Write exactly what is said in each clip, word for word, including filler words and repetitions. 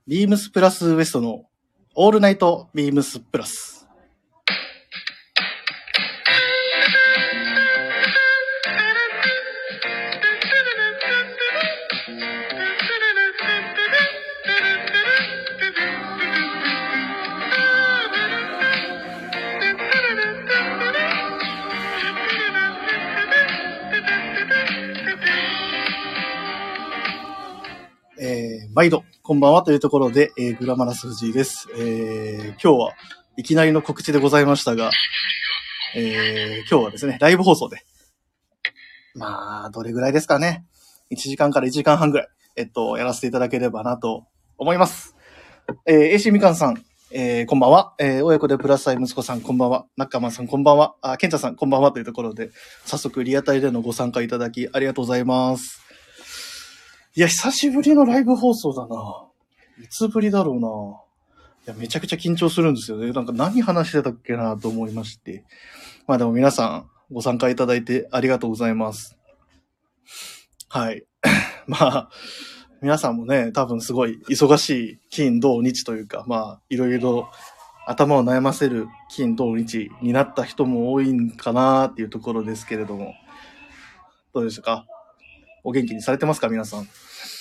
ビームスプラスウエストのオールナイトビームスプラス。えー、毎度こんばんはというところで、えー、グラマラス藤井です、えー。今日はいきなりの告知でございましたが、えー、今日はですね、ライブ放送で、まあ、どれぐらいですかね。いちじかんからいちじかんはんぐらい、えっと、やらせていただければなと思います。えー、エーシー みかんさん、えー、こんばんは。えー、親子でプラスアイ息子さん、こんばんは。中間さん、こんばんは。あ、ケンタさん、こんばんはというところで、早速リアタイでのご参加いただきありがとうございます。いや、久しぶりのライブ放送だな。いつぶりだろうな。いや、めちゃくちゃ緊張するんですよね。なんか何話してたっけなと思いまして。まあでも皆さんご参加いただいてありがとうございます。はい。まあ、皆さんもね、多分すごい忙しい金土日というか、まあ、いろいろ頭を悩ませる金土日になった人も多いんかなっていうところですけれども、どうでしたか？お元気にされてますか皆さん？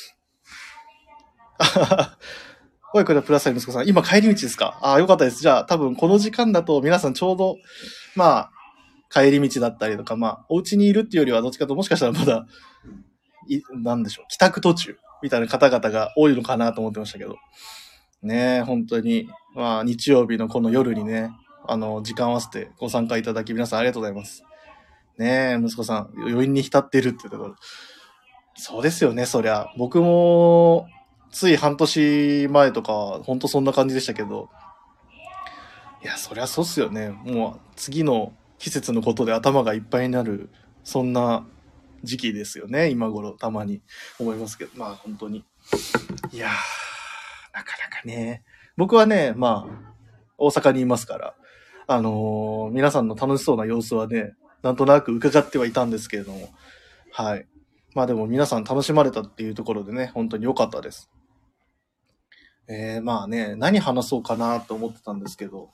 親子でプラスアイ息子さん、今帰り道ですか？ああ、よかったです。じゃあ多分この時間だと皆さんちょうど、まあ、帰り道だったりとか、まあ、お家にいるっていうよりはどっちかともしかしたらまだ、い、なんでしょう、帰宅途中みたいな方々が多いのかなと思ってましたけど。ねえ、本当に、まあ、日曜日のこの夜にね、あの、時間合わせてご参加いただき皆さんありがとうございます。ねえ、息子さん、余韻に浸ってるってところ。そうですよね、そりゃ。僕も、つい半年前とか、ほんとそんな感じでしたけど、いや、そりゃそうっすよね。もう、次の季節のことで頭がいっぱいになる、そんな時期ですよね、今頃、たまに思いますけど、まあ、本当に。いやー、なかなかね。僕はね、まあ、大阪にいますから、あのー、皆さんの楽しそうな様子はね、なんとなく伺ってはいたんですけれども、はい。まあでも皆さん楽しまれたっていうところでね、本当に良かったです。えー、まあね、何話そうかなと思ってたんですけど、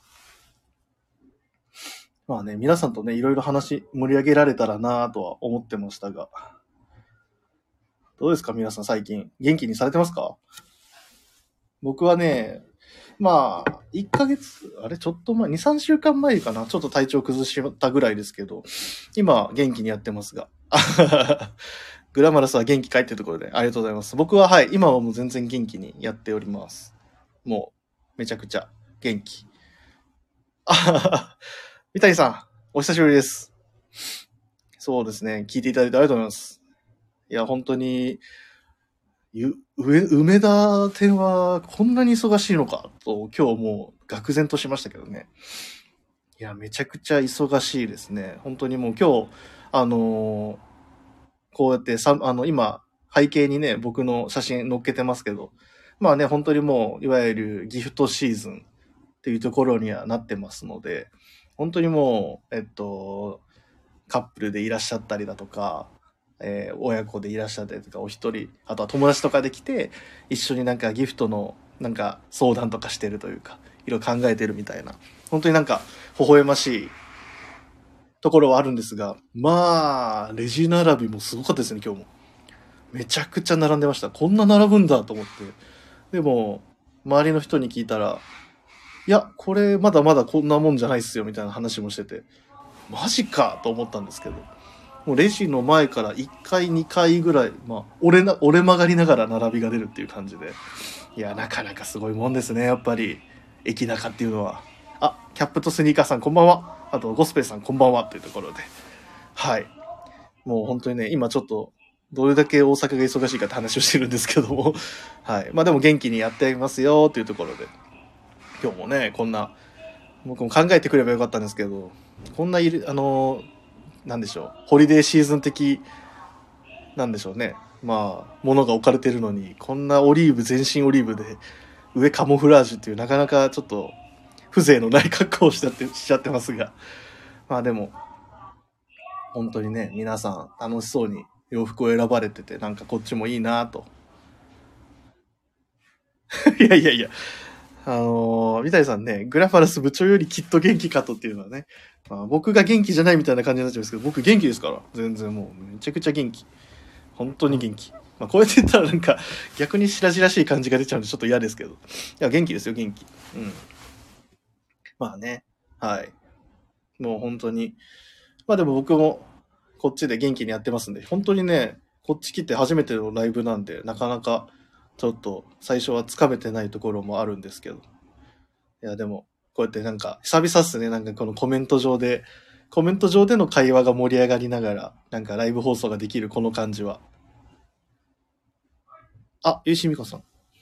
まあね、皆さんとね、いろいろ話盛り上げられたらなとは思ってましたが、どうですか皆さん最近、元気にされてますか？僕はね、まあ、いっかげつ、あれちょっと前、に、さんしゅうかんまえかな、ちょっと体調崩したぐらいですけど、今元気にやってますが。グラマラスは元気かいっていうところでありがとうございます。僕ははい、今はもう全然元気にやっております。もう、めちゃくちゃ元気。あはは三谷さん、お久しぶりです。そうですね、聞いていただいてありがとうございます。いや、本当に、ゆ梅田店はこんなに忙しいのかと、今日もう愕然としましたけどね。いや、めちゃくちゃ忙しいですね。本当にもう今日、あのーこうやってさ、あの、今、背景にね、僕の写真載っけてますけど、まあね、本当にもう、いわゆるギフトシーズンっていうところにはなってますので、本当にもう、えっと、カップルでいらっしゃったりだとか、えー親子でいらっしゃったりとか、お一人、あとは友達とかで来て、一緒になんかギフトのなんか相談とかしてるというか、いろいろ考えてるみたいな、本当になんか微笑ましいところはあるんですが、まあ、レジ並びもすごかったですね、今日も。めちゃくちゃ並んでました。こんな並ぶんだと思って。でも、周りの人に聞いたら、いや、これまだまだこんなもんじゃないっすよ、みたいな話もしてて、マジかと思ったんですけど、もうレジの前からいっかい、にかいぐらい、まあ、折れな、折れ曲がりながら並びが出るっていう感じで、いや、なかなかすごいもんですね、やっぱり、駅中っていうのは。あ、キャップとスニーカーさんこんばんは。あと、ゴスペルさんこんばんはっていうところで。はい。もう本当にね、今ちょっと、どれだけ大阪が忙しいかって話をしてるんですけども、はい。まあでも元気にやってますよっていうところで、今日もね、こんな、僕も考えてくればよかったんですけど、こんないる、あの、なんでしょう、ホリデーシーズン的、なんでしょうね、まあ、ものが置かれてるのに、こんなオリーブ、全身オリーブで、上カモフラージュっていうなかなかちょっと、風情のない格好をしちゃって、しちゃってますが、まあでも、本当にね、皆さん楽しそうに洋服を選ばれてて、なんかこっちもいいなと。 いやいやいや。あのー、三谷さんね、グラファラス部長よりきっと元気かとっていうのはね、まあ、僕が元気じゃないみたいな感じになっちゃうんですけど、僕元気ですから。全然もう、めちゃくちゃ元気。本当に元気。まあ、こうやって言ったらなんか、逆に白々しい感じが出ちゃうんでちょっと嫌ですけど。いや、元気ですよ、元気。うん。まあね。はい。もう本当に。まあでも僕も、こっちで元気にやってますんで、本当にね、こっち来て初めてのライブなんで、なかなか、ちょっと、最初はつかめてないところもあるんですけど。いや、でも、こうやってなんか、久々っすね、なんかこのコメント上で、コメント上での会話が盛り上がりながら、なんかライブ放送ができるこの感じは。あ、ゆうしみかさん。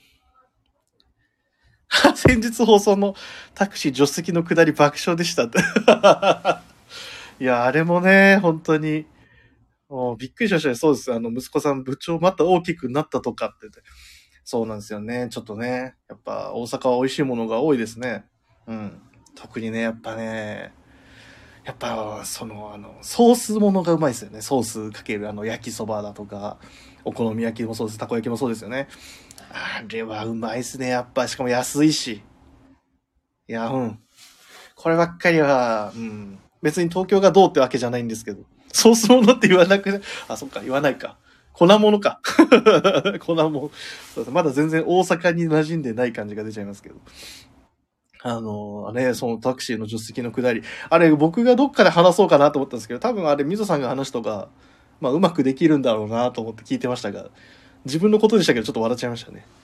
先日放送のタクシー助手席の下り爆笑でしたって。いや、あれもね、本当に、もうびっくりしましたね。そうです。あの、息子さん部長また大きくなったとかって言って。そうなんですよね。ちょっとね、やっぱ大阪は美味しいものが多いですね。うん。特にね、やっぱね、やっぱ、その、あの、ソースものがうまいですよね。ソースかける、あの、焼きそばだとか、お好み焼きもそうです。たこ焼きもそうですよね。あれはうまいですね。やっぱ、しかも安いし。いや、うん。こればっかりは、うん。別に東京がどうってわけじゃないんですけど。ソースものって言わなくね。あ、そっか、言わないか。粉物か。粉物。そうですまだ全然大阪に馴染んでない感じが出ちゃいますけど。あのね、そのタクシーの助手席の下り。あれ、僕がどっかで話そうかなと思ったんですけど、多分あれ、みぞさんが話すとか、まあ、うまくできるんだろうなと思って聞いてましたが、自分のことでしたけど、ちょっと笑っちゃいましたね。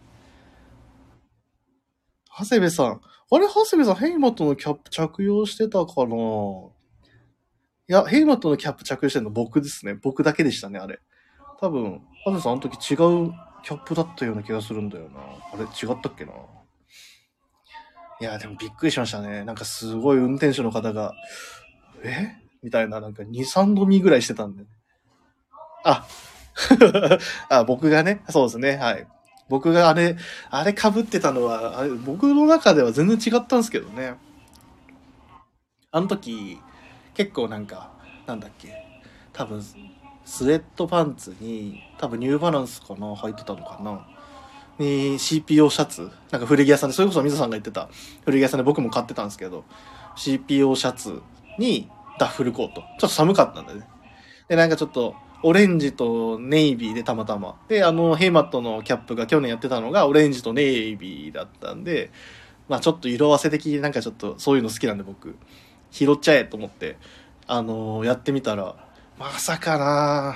長谷部さん。あれ、長谷部さん、ヘイマットのキャップ着用してたかないや、ヘイマットのキャップ着用してるの僕ですね。僕だけでしたね、あれ。多分、長谷部さん、あの時違うキャップだったような気がするんだよな。あれ、違ったっけないや、でもびっくりしましたね。なんかすごい運転手の方が、えみたいな、なんかに、さんどみぐらいしてたんで。あ、あ、僕がね、そうですね、はい。僕があれ、あれ被ってたのは、あれ、僕の中では全然違ったんですけどね。あの時、結構なんか、なんだっけ、多分、スウェットパンツに、多分ニューバランスかな、履いてたのかな。に シーピーオー シャツ、なんか古着屋さんで、それこそ水さんが言ってた古着屋さんで僕も買ってたんですけど、シーピーオー シャツにダッフルコート。ちょっと寒かったんだよね。で、なんかちょっと、オレンジとネイビーでたまたま。で、あの、ヘイマットのキャップが去年やってたのがオレンジとネイビーだったんで、まあちょっと色あせ的になんかちょっとそういうの好きなんで僕、拾っちゃえと思って、あのーやってみたら、まさかな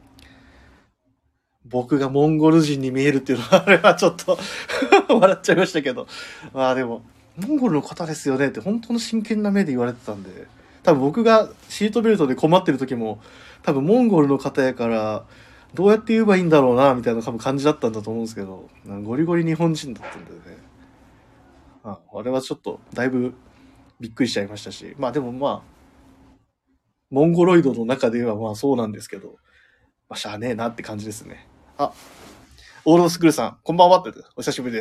僕がモンゴル人に見えるっていうのは、あれはちょっと笑っちゃいましたけど。まあでも、モンゴルの方ですよねって本当の真剣な目で言われてたんで、多分僕がシートベルトで困ってる時も、多分モンゴルの方やから、どうやって言えばいいんだろうな、みたいな多分感じだったんだと思うんですけど、ゴリゴリ日本人だったんだよね。ああれはちょっと、だいぶびっくりしちゃいましたし、まあでもまあ、モンゴロイドの中ではまあそうなんですけど、まあしゃあねえなって感じですね。あ、オールドスクールさん、こんばんはって、お久しぶりです。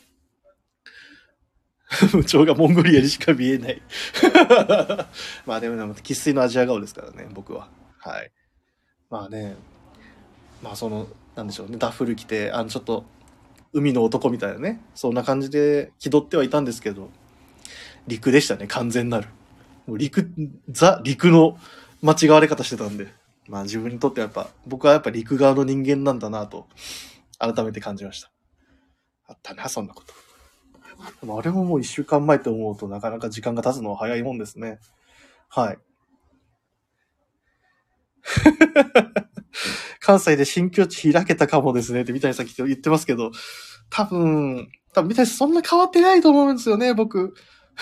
部長がモンゴリアにしか見えない。まあでも、でも生粋のアジア顔ですからね、僕は。はい。まあね、まあその、なんでしょうね、ダッフル着て、あの、ちょっと、海の男みたいなね、そんな感じで気取ってはいたんですけど、陸でしたね、完全なる。もう陸、ザ、陸の間違われ方してたんで、まあ自分にとってはやっぱ、僕はやっぱ陸側の人間なんだなと、改めて感じました。あったな、そんなこと。でもあれももう一週間前と思うとなかなか時間が経つのは早いもんですね。はい。関西で新境地開けたかもですねって三谷さん言ってますけど、多分、多分三谷さんそんな変わってないと思うんですよね、僕。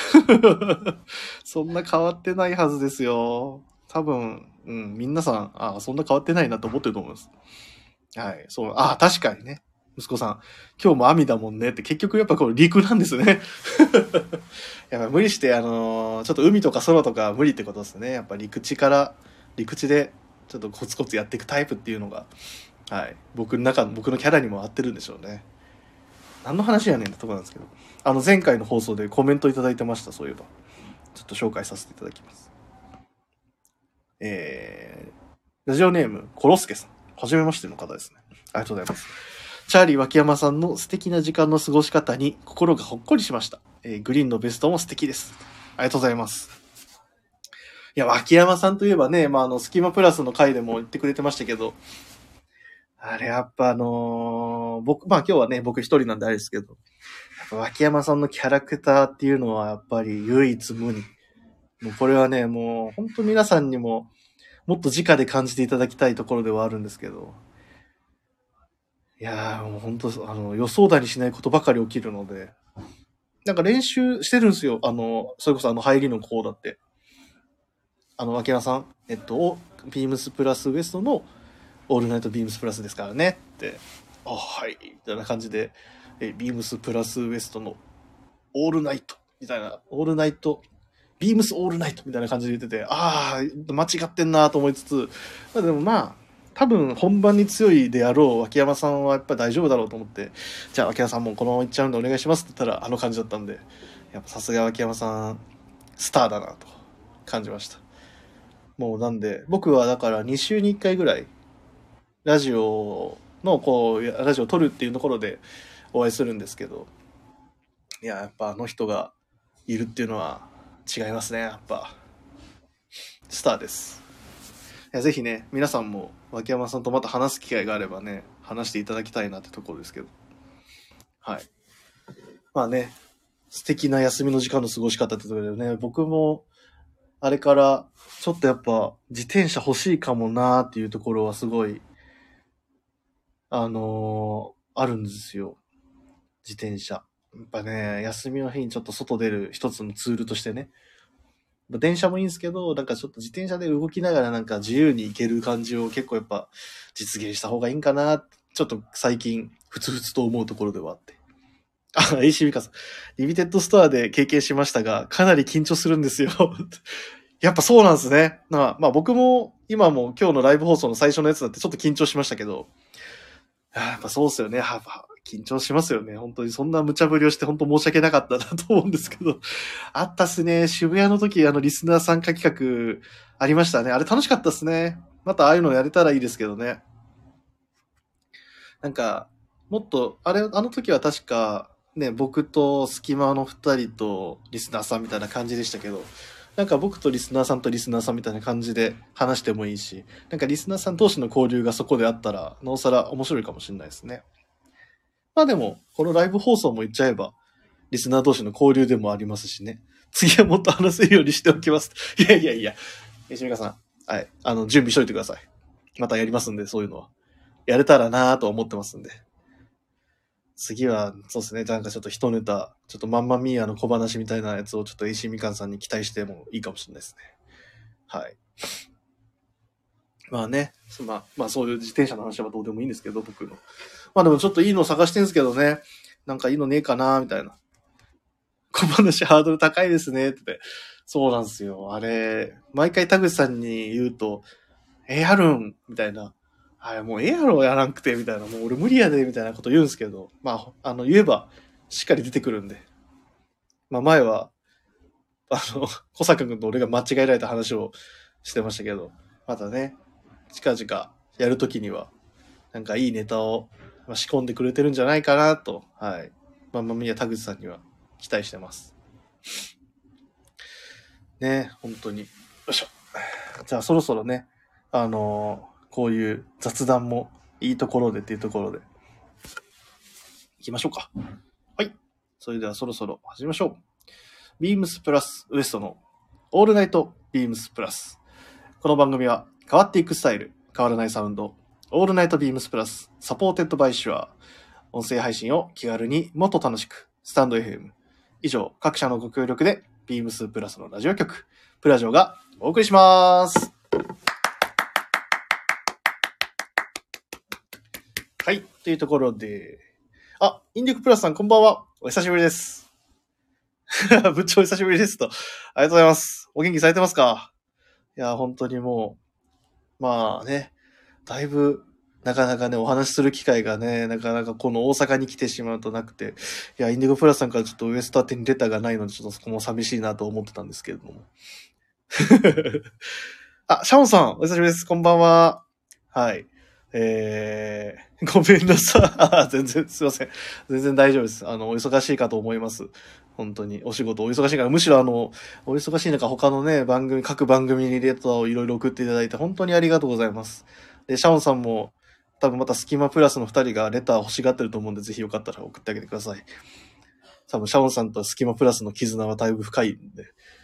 そんな変わってないはずですよ。多分、うん、皆さん、あそんな変わってないなと思ってると思います。はい、そう、あ確かにね。息子さん、今日も網だもんねって結局やっぱこれ陸なんですね。やっぱ無理して、あのーちょっと海とか空とか無理ってことですね。やっぱ陸地から、陸地でちょっとコツコツやっていくタイプっていうのが、はい。僕の中の、僕のキャラにも合ってるんでしょうね。何の話やねんってとこなんですけど。あの、前回の放送でコメントいただいてました、そういえば。ちょっと紹介させていただきます。えー、ラジオネーム、コロスケさん。はじめましての方ですね。ありがとうございます。 チャーリー脇山さんの素敵な時間の過ごし方に心がほっこりしました。えー、グリーンのベストも素敵です。ありがとうございます。いや、脇山さんといえばね、まあ、あの、スキマプラスの回でも言ってくれてましたけど、あれやっぱあのー、僕、まあ今日はね、僕一人なんであれですけど、やっぱ脇山さんのキャラクターっていうのはやっぱり唯一無二。もうこれはね、もう本当皆さんにももっと直で感じていただきたいところではあるんですけど、いやーもう本当あの予想だにしないことばかり起きるので、なんか練習してるんですよ。あの、それこそあの入りのコーだって。あの、脇山さん、えっと、ビームスプラスウエストのオールナイトビームスプラスですからねって、あ、はい、みたいな感じで、えビームスプラスウエストのオールナイトみたいな、オールナイト、ビームスオールナイトみたいな感じで言ってて、ああ、間違ってんなと思いつつ、まあ、でもまあ、多分本番に強いであろう脇山さんはやっぱり大丈夫だろうと思って、じゃあ脇山さんもこのままいっちゃうんでお願いしますって言ったらあの感じだったんで、やっぱさすが脇山さん、スターだなと感じました。もうなんで、僕はだからに週にいっかいぐらい、ラジオのこう、ラジオを撮るっていうところでお会いするんですけど、いや、やっぱあの人がいるっていうのは違いますね、やっぱ。スターです。いやぜひね、皆さんも脇山さんとまた話す機会があればね、話していただきたいなってところですけど。はい。まあね、素敵な休みの時間の過ごし方ってところでね、僕も、あれから、ちょっとやっぱ、自転車欲しいかもなーっていうところはすごい、あのー、あるんですよ。自転車。やっぱね、休みの日にちょっと外出る一つのツールとしてね。電車もいいんですけど、なんかちょっと自転車で動きながらなんか自由に行ける感じを結構やっぱ実現した方がいいんかな、ちょっと最近、ふつふつと思うところではあって。あ、エーシー ミカさん。リミテッドストアで経験しましたが、かなり緊張するんですよ。やっぱそうなんですね。まあ、まあ僕も今も今日のライブ放送の最初のやつだってちょっと緊張しましたけど、やっぱそうっすよね。やっぱ緊張しますよね。本当にそんな無茶ぶりをして本当申し訳なかったなと思うんですけど。あったっすね。渋谷の時、あの、リスナー参加企画ありましたね。あれ楽しかったっすね。またああいうのやれたらいいですけどね。なんか、もっと、あれ、あの時は確か、ね、僕と隙間の二人とリスナーさんみたいな感じでしたけど、なんか僕とリスナーさんとリスナーさんみたいな感じで話してもいいし、なんかリスナーさん同士の交流がそこであったら、なおさら面白いかもしれないですね。まあでも、このライブ放送も言っちゃえば、リスナー同士の交流でもありますしね。次はもっと話せるようにしておきます。いやいやいや、石見さん、はい、あの、準備しといてください。またやりますんで、そういうのは。やれたらなぁと思ってますんで。次は、そうですね、なんかちょっと一ネタ、ちょっとマンマミーアの小話みたいなやつをちょっと石みかんさんに期待してもいいかもしれないですね。はい。まあね、まあ、まあそういう自転車の話はどうでもいいんですけど、僕の。まあでもちょっといいの探してるんですけどね。なんかいいのねえかなみたいな。小話ハードル高いですねって。そうなんですよ。あれ、毎回田口さんに言うと、え、やるんみたいな。はい、もうええやろやらんくて、みたいな。もう俺無理やで、みたいなこと言うんですけど、まあ、あの、言えば、しっかり出てくるんで。まあ前は、あの、小坂君と俺が間違えられた話をしてましたけど、またね、近々やるときには、なんかいいネタを仕込んでくれてるんじゃないかなと、はい。まんまみや田口さんには期待してます。ね、本当に。よいしょ。じゃあそろそろね、あのー、こういう雑談もいいところでっていうところで、行きましょうか。はい。それではそろそろ始めましょう。ビームスプラスウエストのオールナイトビームスプラス。この番組は変わっていくスタイル、変わらないサウンド、オールナイトビームスプラス、サポーテッドバイシュア。音声配信を気軽にもっと楽しく、スタンド エフエム。以上、各社のご協力で、ビームスプラスのラジオ局、プラジオがお送りします。はい、というところで、あ、インディックプラスさんこんばんは。お久しぶりです。部長お久しぶりですと。ありがとうございます。お元気されてますか？いや、本当にもう、まあね、だいぶ、なかなかね、お話しする機会がね、なかなかこの大阪に来てしまうとなくて、いや、インディゴプラスさんからちょっとウエスト宛てにレターがないので、ちょっとそこも寂しいなと思ってたんですけれども。あ、シャオンさん、お久しぶりです。こんばんは。はい。 えー、ごめんなさい。全然、すいません。全然大丈夫です。あの、お忙しいかと思います。本当に。お仕事お忙しいから、むしろあの、お忙しい中、他のね、番組、各番組にレターをいろいろ送っていただいて、本当にありがとうございます。で、シャオンさんも、多分またスキマプラスの二人がレター欲しがってると思うんで、ぜひよかったら送ってあげてください。多分シャオンさんとスキマプラスの絆はだいぶ深いんで。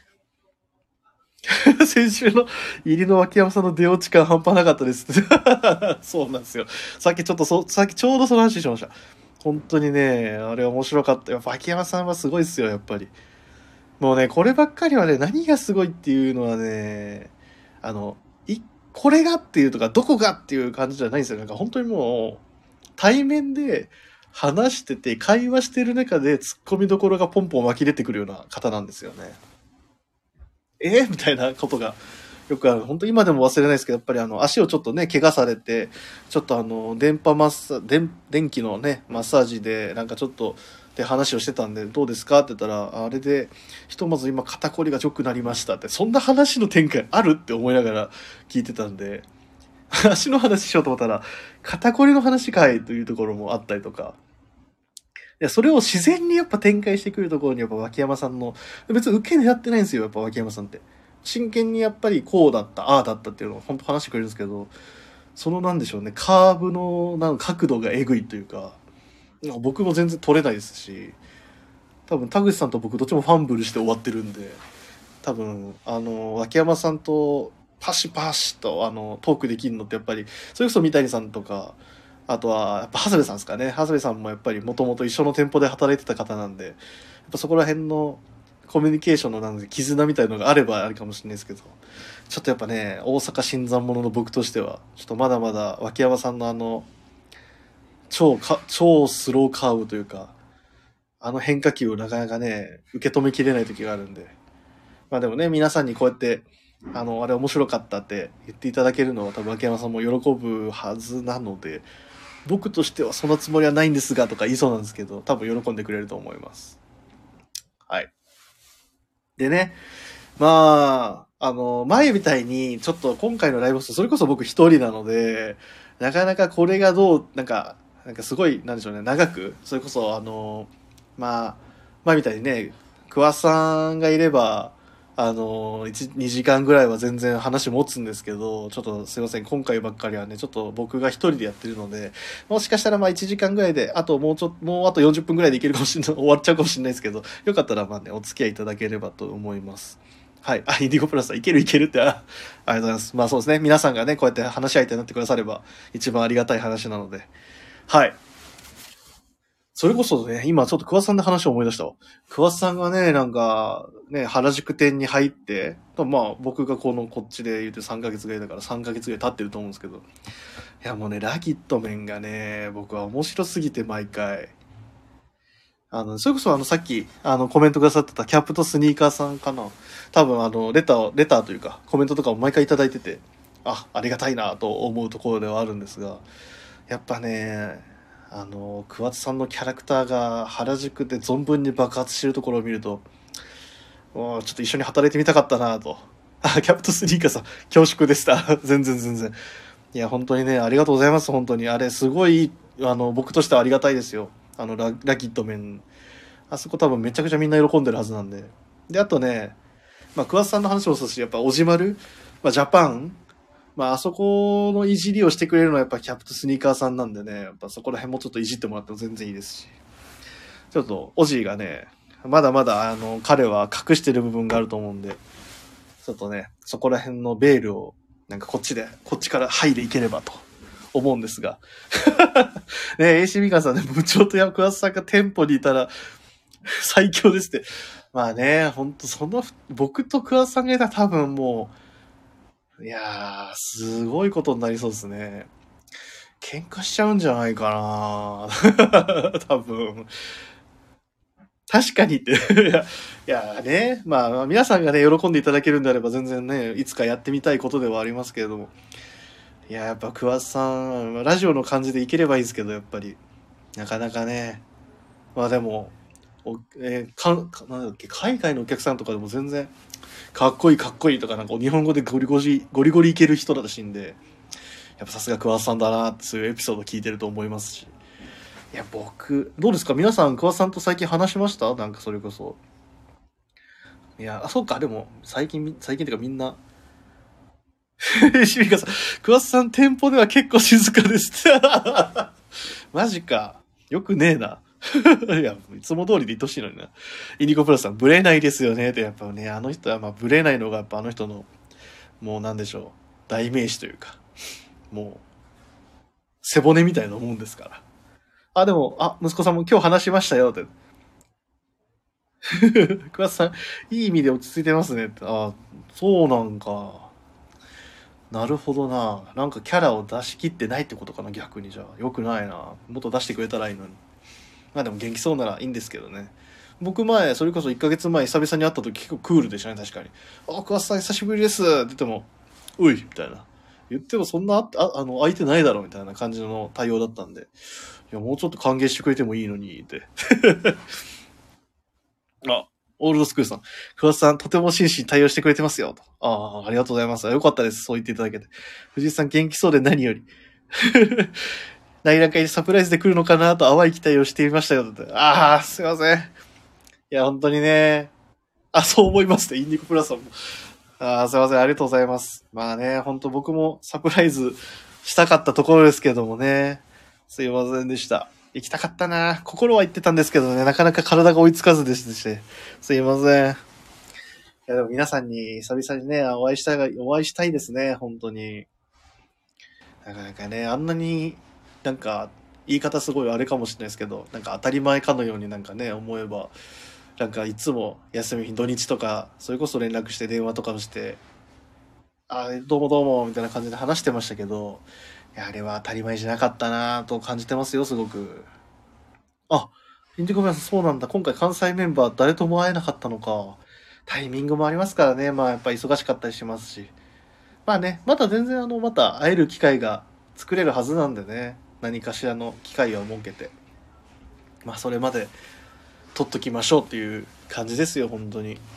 先週の入りの脇山さんの出落ち感半端なかったです。そうなんですよ。さっきちょっとそ、さっきちょうどその話しました。本当にね、あれ面白かった。やっぱ脇山さんはすごいですよ、やっぱり。もうね、こればっかりはね、何がすごいっていうのはね、あの、い、これがっていうとか、どこがっていう感じじゃないんですよ。なんか本当にもう、対面で話してて、会話してる中で突っ込みどころがポンポン湧き出てくるような方なんですよね。えー、みたいなことがよくある。本当今でも忘れないですけど、やっぱりあの、足をちょっとね、怪我されて、ちょっとあの、電波マッサ、電、電気のね、マッサージで、なんかちょっと、って話をしてたんで、どうですかって言ったら、あれで、ひとまず今肩こりが良くなりましたって、そんな話の展開あるって思いながら聞いてたんで、足の話しようと思ったら、肩こりの話かいというところもあったりとか、いや、それを自然にやっぱ展開してくるところにやっぱ脇山さんの、別に受け狙ってないんですよ、やっぱ脇山さんって。真剣にやっぱりこうだった、ああだったっていうのを本当話してくれるんですけど、そのなんでしょうね、カーブのなんか角度がえぐいというか、なんか僕も全然取れないですし、多分田口さんと僕どっちもファンブルして終わってるんで、多分、あの、脇山さんとパシパシとあのトークできるのってやっぱり、それこそ三谷さんとか、あとは、やっぱ、長谷部さんですかね。長谷部さんもやっぱりもともと一緒の店舗で働いてた方なんで、やっぱそこら辺のコミュニケーションのなんで絆みたいのがあればあるかもしれないですけど、ちょっとやっぱね、大阪新参者の僕としては、ちょっとまだまだ脇山さんのあの、超か、超スローカーブというか、あの変化球をなかなかね、受け止めきれない時があるんで。まあでもね、皆さんにこうやって、あの、あれ面白かったって言っていただけるのは多分脇山さんも喜ぶはずなので、僕としてはそのつもりはないんですがとか言いそうなんですけど、多分喜んでくれると思います。はい。でね、まあ、あの、前みたいに、ちょっと今回のライブスそれこそ僕一人なので、なかなかこれがどう、なんか、なんかすごい、なんでしょうね、長く、それこそ、あの、まあ、前みたいにね、桑さんがいれば、あの、いち、にじかんぐらいは全然話持つんですけど、ちょっとすいません、今回ばっかりはね、ちょっと僕が一人でやってるので、もしかしたらまあいちじかんぐらいで、あともうちょっと、もうあとよんじゅっぷんぐらいでいけるかもしれない、終わっちゃうかもしれないですけど、よかったらまあね、お付き合いいただければと思います。はい。あ、インディゴプラスさん、いけるいけるって、あ、ありがとうございます。まあそうですね。皆さんがね、こうやって話し相手になってくだされば、一番ありがたい話なので。はい。それこそね、今ちょっと桑田さんで話を思い出したわ。桑田さんがね、なんか、ね、原宿店に入って、まあ僕がこのこっちで言うてさんかげつぐらいだからさんかげつぐらい経ってると思うんですけど、いやもうね、ラギットメンがね、僕は面白すぎて毎回。あの、それこそあのさっき、あのコメントくださってたキャップとスニーカーさんかな。多分あの、レター、レターというかコメントとかも毎回いただいてて、あ、ありがたいなと思うところではあるんですが、やっぱね、あの、桑田さんのキャラクターが原宿で存分に爆発してるところを見ると、もうちょっと一緒に働いてみたかったなと。あ、キャプトスニーカーさん、恐縮でした。全然全然。いや、本当にね、ありがとうございます、本当に。あれ、すごい、あの、僕としてはありがたいですよ。あの、ラ、ラキッドメン。あそこ多分めちゃくちゃみんな喜んでるはずなんで。で、あとね、まあ、桑田さんの話もそうですし、やっぱ、おじまる、まあ、ジャパン、まあ、あそこのいじりをしてくれるのはやっぱキャプトスニーカーさんなんでね、やっぱそこら辺もちょっといじってもらっても全然いいですし。ちょっと、オジーがね、まだまだ、あの、彼は隠してる部分があると思うんで、ちょっとね、そこら辺のベールを、なんかこっちで、こっちから剥いでいければと思うんですが。ね、エーシー ミカさんね、部長と桑田さんが店舗にいたら最強ですって。まあね、ほんとその、僕と桑田さんがいたら多分もう、いやー、すごいことになりそうですね。喧嘩しちゃうんじゃないかな多分。確かにっていや、いやね、まあ、皆さんがね、喜んでいただけるんであれば全然ね、いつかやってみたいことではありますけれども。いや、やっぱ桑田さん、ラジオの感じでいければいいですけど、やっぱり。なかなかね。まあでも、おえーかかなんだっけ、海外のお客さんとかでも全然、かっこいいかっこいいとか、なんか日本語でゴリゴリ、ゴリゴリいける人らしいんで、 やっぱさすが桑田さんだなって、そういうエピソード聞いてると思いますし。いや、僕、どうですか皆さん、桑田さんと最近話しましたなんかそれこそ。いや、あ、そうか、でも、最近、最近っていうかみんな、シミカさん、桑田さん店舗では結構静かですって。マジか。よくねえな。いや、いつも通りでいとしいのにな。インディゴプラスさん、ブレないですよねって、やっぱね、あの人は、まあ、ブレないのが、やっぱあの人の、もうなんでしょう、代名詞というか、もう、背骨みたいなもんですから。あ、でも、あ、息子さんも今日話しましたよって。桑田さん、いい意味で落ち着いてますねって。あ、そうなんか。なるほどな。なんかキャラを出し切ってないってことかな、逆にじゃあ。よくないな。もっと出してくれたらいいのに。まあでも元気そうならいいんですけどね。僕前、それこそいっかげつまえ久々に会った時結構クールでしたね、確かに。あ、桑田さん久しぶりですって言っても、ういみたいな。言ってもそんなあ、ああの、相手ないだろみたいな感じの対応だったんで。いや、もうちょっと歓迎してくれてもいいのに、って。あ、オールドスクールさん。桑田さん、とても真摯に対応してくれてますよ。と。ああ、ありがとうございます。よかったです。そう言っていただけて。藤井さん、元気そうで何より。内覧会にサプライズで来るのかなと淡い期待をしていましたよ。と。ああ、すいません。いや、本当にね。あ、そう思いますね。インディコプラスさんも。ああ、すいません。ありがとうございます。まあね、本当僕もサプライズしたかったところですけどもね。すいませんでした。行きたかったな。心は言ってたんですけどね、なかなか体が追いつかずでして、すいません。いやでも皆さんに久々にね、お会いしたい、お会いしたいですね、本当に。なかなかね、あんなになんか言い方すごいあれかもしれないですけど、なんか当たり前かのようになんかね、思えば、なんかいつも休み日、土日とか、それこそ連絡して電話とかをして、あ、どうもどうも、みたいな感じで話してましたけど、いや、あれは当たり前じゃなかったなと感じてますよ、すごく。あ、インディゴメンさん、そうなんだ。今回関西メンバー誰とも会えなかったのか。タイミングもありますからね。まあやっぱ忙しかったりしますし。まあね、また全然あの、また会える機会が作れるはずなんでね。何かしらの機会を設けて。まあそれまで取っときましょうっていう感じですよ、本当に。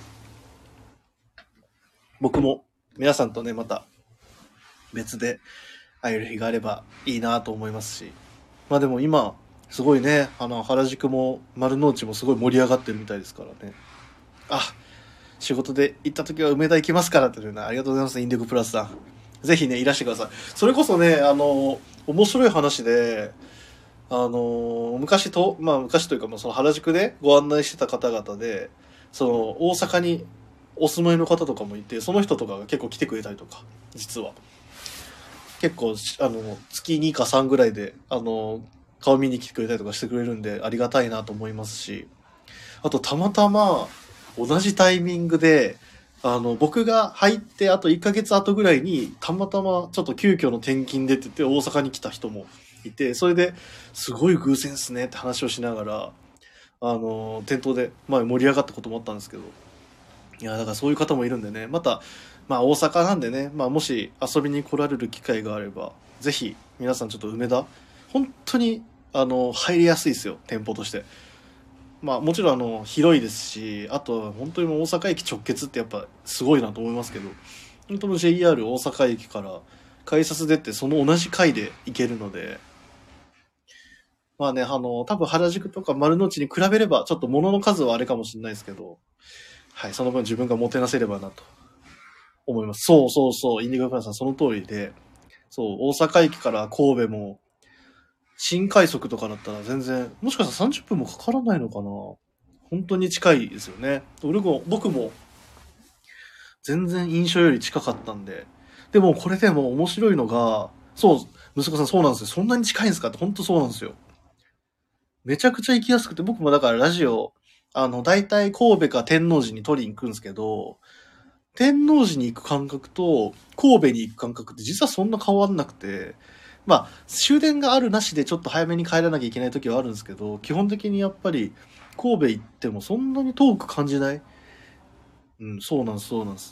僕も皆さんとね、また別で会える日があればいいなと思いますし。まあでも今、すごいね、あの、原宿も丸の内もすごい盛り上がってるみたいですからね。あ、仕事で行った時は梅田行きますからっていうのはありがとうございます、インディゴプラスさん。ぜひね、いらしてください。それこそね、あの、面白い話で、あの、昔と、まあ昔というか、まあその原宿でご案内してた方々で、その、大阪にお住まいの方とかもいて、その人とかが結構来てくれたりとか、実は。結構、あの、月にかさんぐらいで、あの、顔見に来てくれたりとかしてくれるんで、ありがたいなと思いますし、あと、たまたま、同じタイミングで、あの、僕が入ってあといっかげつごぐらいに、たまたまちょっと急遽の転勤でって言って大阪に来た人もいて、それで、すごい偶然っすねって話をしながら、あの、店頭で、まあ盛り上がったこともあったんですけど、いや、だからそういう方もいるんでね、また、まあ大阪なんでね、まあもし遊びに来られる機会があれば、ぜひ皆さんちょっと梅田、本当に、あの、入りやすいですよ、店舗として。まあもちろんあの広いですし、あと本当にもう大阪駅直結ってやっぱすごいなと思いますけど、本当の ジェイアール 大阪駅から改札出てその同じ階で行けるので、まあね、あの、多分原宿とか丸の内に比べればちょっと物の数はあれかもしれないですけど、はい、その分自分がもてなせればなと思います。そうそうそう、インディゴプランさんその通りで、そう、大阪駅から神戸も新快速とかだったら全然、もしかしたらさんじゅっぷんもかからないのかな。本当に近いですよね。俺も、僕も全然印象より近かったんで。でもこれでも面白いのが、そう、息子さんそうなんですよ。そんなに近いんですかって本当そうなんですよ。めちゃくちゃ行きやすくて、僕もだからラジオ、あの、大体神戸か天王寺に取りに行くんですけど、天王寺に行く感覚と神戸に行く感覚って実はそんな変わんなくて、まあ、終電があるなしでちょっと早めに帰らなきゃいけない時はあるんですけど、基本的にやっぱり神戸行ってもそんなに遠く感じない。うん、そうなんです、そうなんです。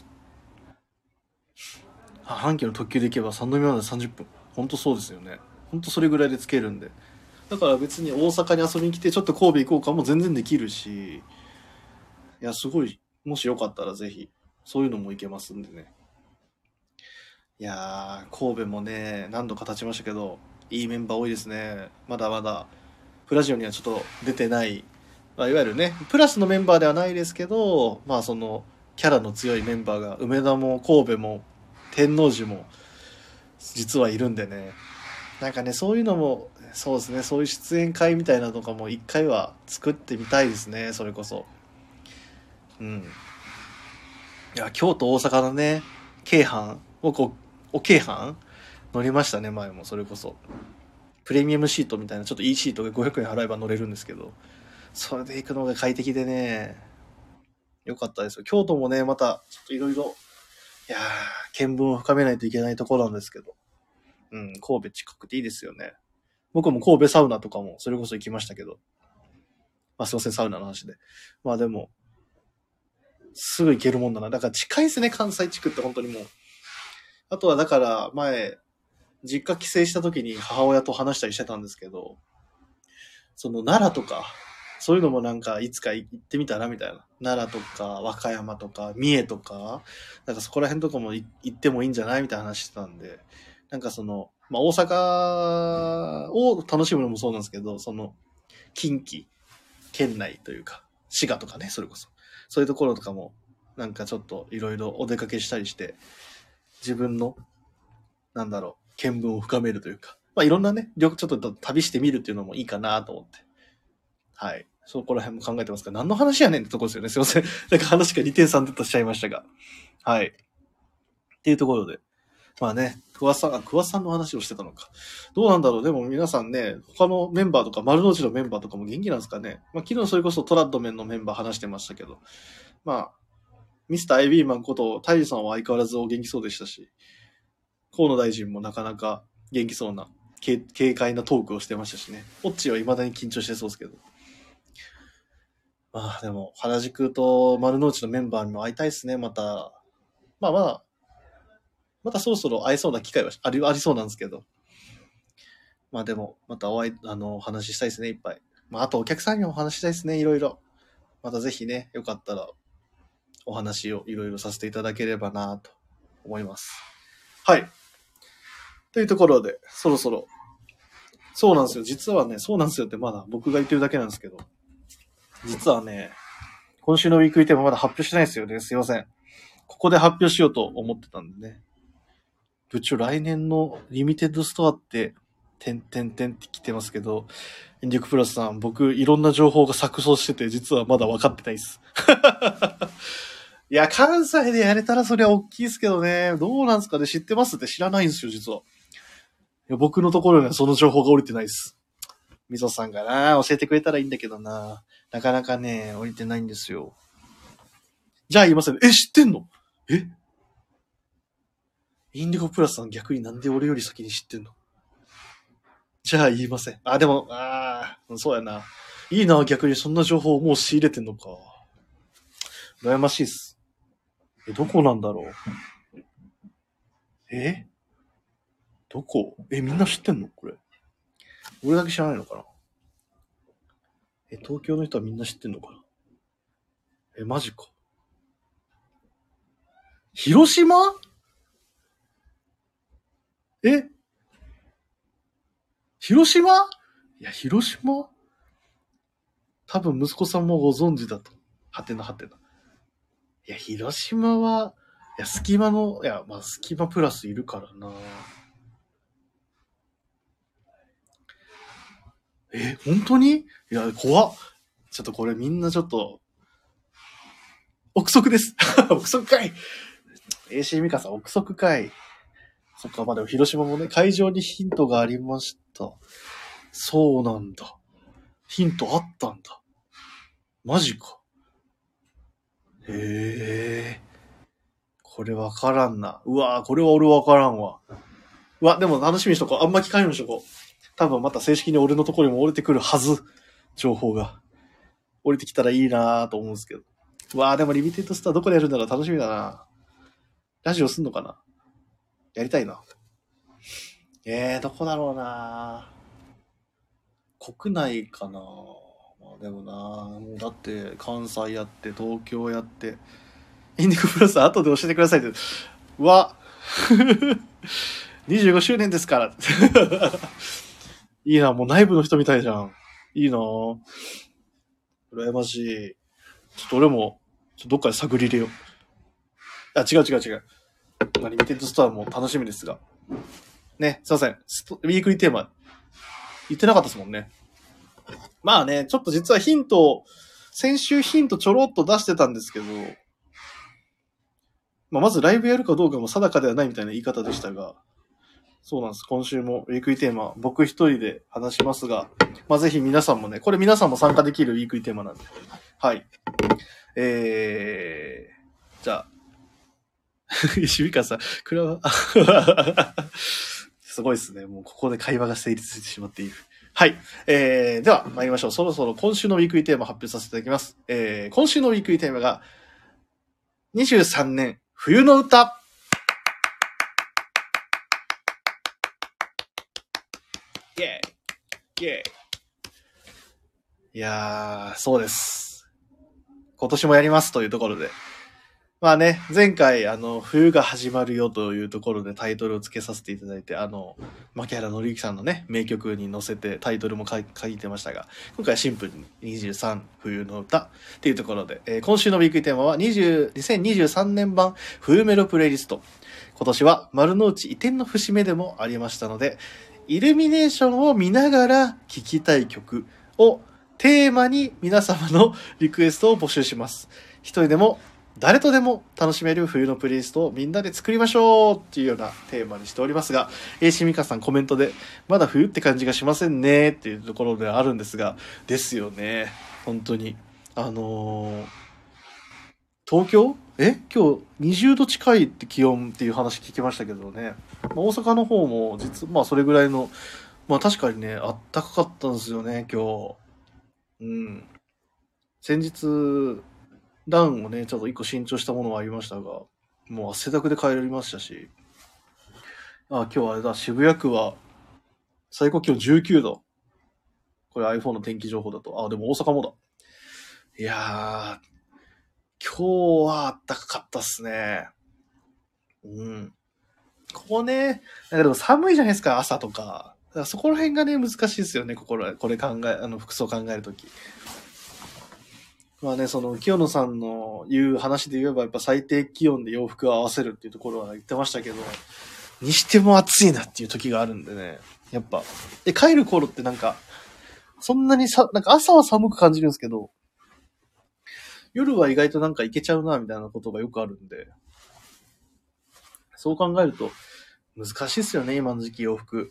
阪急の特急で行けば三宮までさんじゅっぷん。ほんとそうですよね。ほんとそれぐらいでつけるんで。だから別に大阪に遊びに来てちょっと神戸行こうかも全然できるし、いや、すごい、もしよかったらぜひ、そういうのも行けますんでね。 いやー、神戸もね、何度か立ちましたけど、いいメンバー多いですね。まだまだ、プラジオにはちょっと出てない、まあ、いわゆるね、プラスのメンバーではないですけど、まあその、キャラの強いメンバーが、梅田も神戸も天王寺も、実はいるんでね。なんかね、そういうのも、そうですね、そういう出演会みたいなのとかも一回は作ってみたいですね、それこそ。うん。いや、京都、大阪のね、京阪、僕、お、お京阪乗りましたね、前も、それこそ。プレミアムシートみたいな、ちょっといいシートでごひゃくえん払えば乗れるんですけど、それで行くのが快適でね、よかったですよ。京都もね、また、ちょっといろいろ、いやー、見聞を深めないといけないところなんですけど、うん、神戸近くていいですよね。僕も神戸サウナとかも、それこそ行きましたけど、まあすいません、サウナの話で。まあでも、すぐ行けるもんだな。だから近いですね、関西地区って本当にもう。あとはだから、前、実家帰省した時に母親と話したりしてたんですけど、その奈良とか、そういうのもなんかいつか行ってみたらみたいな。奈良とか、和歌山とか、三重とか、なんかそこら辺とかも行ってもいいんじゃないみたいな話してたんで、なんかその、まあ大阪を楽しむのもそうなんですけど、その、近畿県内というか、滋賀とかね、それこそ。そういうところとかも、なんかちょっといろいろお出かけしたりして、自分の、なんだろう、見聞を深めるというか、まあいろんなね、ちょっと旅してみるっていうのもいいかなと思って。はい。そこら辺も考えてますから、何の話やねんってとこですよね。すいません。なんか話がにてんさんてんとしちゃいましたが。はい。っていうところで。まあね、桑さん、あ、桑さんの話をしてたのか。どうなんだろう。でも皆さんね、他のメンバーとか、丸の内のメンバーとかも元気なんですかね。まあ昨日それこそトラッドメンのメンバー話してましたけど、まあ、ミスター アイビー マンことタイジさんは相変わらずお元気そうでしたし、河野大臣もなかなか元気そうな、軽軽快なトークをしてましたしね。オッチーは未だに緊張してそうですけど。まあでも、原宿と丸の内のメンバーにも会いたいですね、また。まあまあ、またそろそろ会えそうな機会はありありそうなんですけど。まあでも、またお会い、あの、お話ししたいですね、いっぱい。まああとお客さんにもお話ししたいですね、いろいろ。またぜひね、よかったらお話をいろいろさせていただければなと思います。はい。というところで、そろそろ。そうなんですよ。実はね、そうなんですよってまだ僕が言ってるだけなんですけど。実はね、今週のウィークリーテーマまだ発表してないですよね。すいません。ここで発表しようと思ってたんでね。部長、来年のリミテッドストアって、てんてんてんって来てますけど、エンディックプラスさん、僕、いろんな情報が錯綜してて、実はまだ分かってないです。いや、関西でやれたらそりゃ大きいですけどね。どうなんですかね。知ってますって知らないんですよ、実は。いや、僕のところにはその情報が降りてないです。みぞさんがな、教えてくれたらいいんだけどな。なかなかね、降りてないんですよ。じゃあ言いません。え、知ってんの？え？インディゴプラスさん逆になんで俺より先に知ってんの？じゃあ言いません。あ、でも、ああ、そうやな。いいな、逆にそんな情報をもう仕入れてんのか。羨ましいっす。え、どこなんだろう。えどこ？え、みんな知ってんのこれ。俺だけ知らないのかな。え、東京の人はみんな知ってんのかな。え、マジか。広島？え広島？いや、広島？多分息子さんもご存知だと。はてなはてな。いや、広島は、いや、隙間の、いや、まあ、隙間プラスいるからな。え、本当に？いや、怖っ。ちょっとこれみんなちょっと、憶測です。憶測かい。エーシー ミカさん、憶測かい。そっか、まあでも広島もね、会場にヒントがありました。そうなんだ。ヒントあったんだ。マジか。へえ。これわからんな。うわぁ、これは俺わからんわ。うわ、でも楽しみにしとこう。あんま聞かんようにしとこう。多分また正式に俺のところにも降りてくるはず。情報が。降りてきたらいいなぁと思うんですけど。うわぁ、でもリミテッドスターどこでやるんだろう楽しみだな。ラジオすんのかな？やりたいな。えー、どこだろうな。国内かな。まあでもな、だって関西やって東京やってインディゴプラス後で教えてくださいって。うわにじゅうごしゅうねんですから。いいな、もう内部の人みたいじゃん。いいなぁ。羨ましい。ちょっと俺も、ちょっとどっかで探り入れよう。あ、違う違う違う。まあ、リミテッドストアも楽しみですが。ね、すいません。ストウィークリーテーマ、言ってなかったですもんね。まあね、ちょっと実はヒントを、先週ヒントちょろっと出してたんですけど、まあ、まずライブやるかどうかも定かではないみたいな言い方でしたが、そうなんです。今週もウィークリーテーマ、僕一人で話しますが、まあ、ぜひ皆さんもね、これ皆さんも参加できるウィークリーテーマなんで。はい。えー、じゃあ、渋川さん、くらわ、すごいですね。もうここで会話が成立してしまっている。はい。えー、では参りましょう。そろそろ今週のウィークリーテーマ発表させていただきます。えー、今週のウィークリーテーマが、にじゅうさんねん冬の歌。イェーイイェーイいやー、そうです。今年もやりますというところで。まあね、前回、あの、冬が始まるよというところでタイトルを付けさせていただいて、あの、牧原紀之さんのね、名曲に乗せてタイトルも書い書いてましたが、今回はシンプルににじゅうさん冬の歌っていうところで、えー今週のウィークリーテーマはにじゅうにせんにじゅうさんねん版冬メロプレイリスト。今年は丸の内移転の節目でもありましたので、イルミネーションを見ながら聴きたい曲をテーマに皆様のリクエストを募集します。一人でも誰とでも楽しめる冬のプレイリストをみんなで作りましょうっていうようなテーマにしておりますが、A C ミカさんコメントで、まだ冬って感じがしませんねっていうところではあるんですが、ですよね。本当に。あのー、東京え今日にじゅうど近いって気温っていう話聞きましたけどね。まあ大阪の方も実、まあそれぐらいの、まあ確かにね、あったかかったんですよね、今日。うん。先日、ダウンをね、ちょっと一個新調したものはありましたが、もう汗だくで帰りましたし、あ、今日あれだ、渋谷区は最高気温じゅうきゅうど。これ iPhone の天気情報だと。あ、でも大阪もだ。いやー、今日は暖かかったっすね。うん。ここね、なんかでも寒いじゃないですか、朝とか。だからそこら辺がね、難しいですよね、ここら、これ考え、あの、服装考えるとき。まあね、その、清野さんの言う話で言えば、やっぱ最低気温で洋服を合わせるっていうところは言ってましたけど、にしても暑いなっていう時があるんでね。やっぱ。で、帰る頃ってなんか、そんなにさ、なんか朝は寒く感じるんですけど、夜は意外となんかいけちゃうな、みたいなことがよくあるんで、そう考えると、難しいっすよね、今の時期洋服。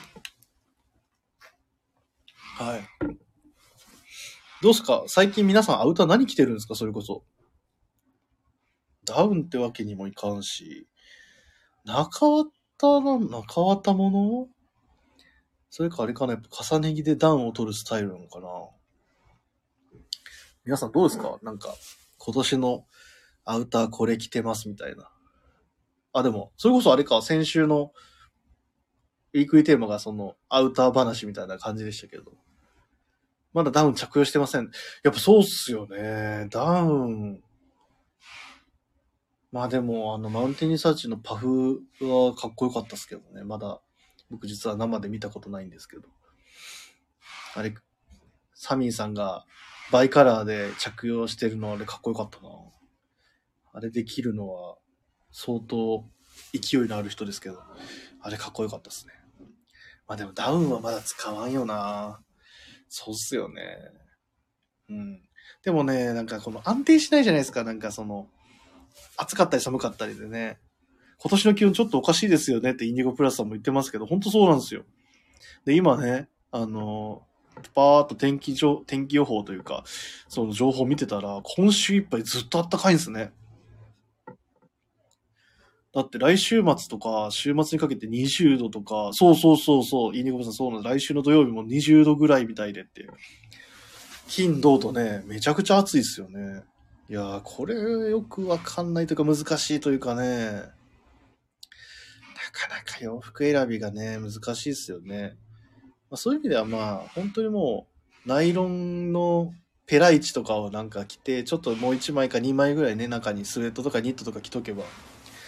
はい。どうすか最近皆さんアウター何着てるんですかそれこそ。ダウンってわけにもいかんし、中綿な、中綿ものそれかあれかなやっぱ重ね着でダウンを取るスタイルなのかな皆さんどうですかなんか、今年のアウターこれ着てますみたいな。あ、でも、それこそあれか、先週のウィークリーテーマがそのアウター話みたいな感じでしたけど。まだダウン着用してません。やっぱそうっすよね。ダウン。まあでも、あの、マウンテンリサーチのパフはかっこよかったっすけどね。まだ、僕実は生で見たことないんですけど。あれ、サミーさんがバイカラーで着用してるのあれかっこよかったな。あれできるのは相当勢いのある人ですけど、あれかっこよかったですね。まあでもダウンはまだ使わんよな。そうっすよね。うん。でもね、なんかこの安定しないじゃないですか。なんかその、暑かったり寒かったりでね。今年の気温ちょっとおかしいですよねってインディゴプラスさんも言ってますけど、本当そうなんですよ。で、今ね、あの、パーっと天気上、天気予報というか、その情報を見てたら、今週いっぱいずっと暖かいんですね。だって来週末とか、週末にかけてにじゅうどとか、そうそうそうそう、インディゴプラスさんそうなんです。来週の土曜日もにじゅうどぐらいみたいでって。金、土とね、めちゃくちゃ暑いですよね。いやー、これよくわかんないというか難しいというかね、なかなか洋服選びがね、難しいですよね。まあ、そういう意味ではまあ、本当にもう、ナイロンのペライチとかをなんか着て、ちょっともういちまいかにまいぐらいね、中にスウェットとかニットとか着とけば、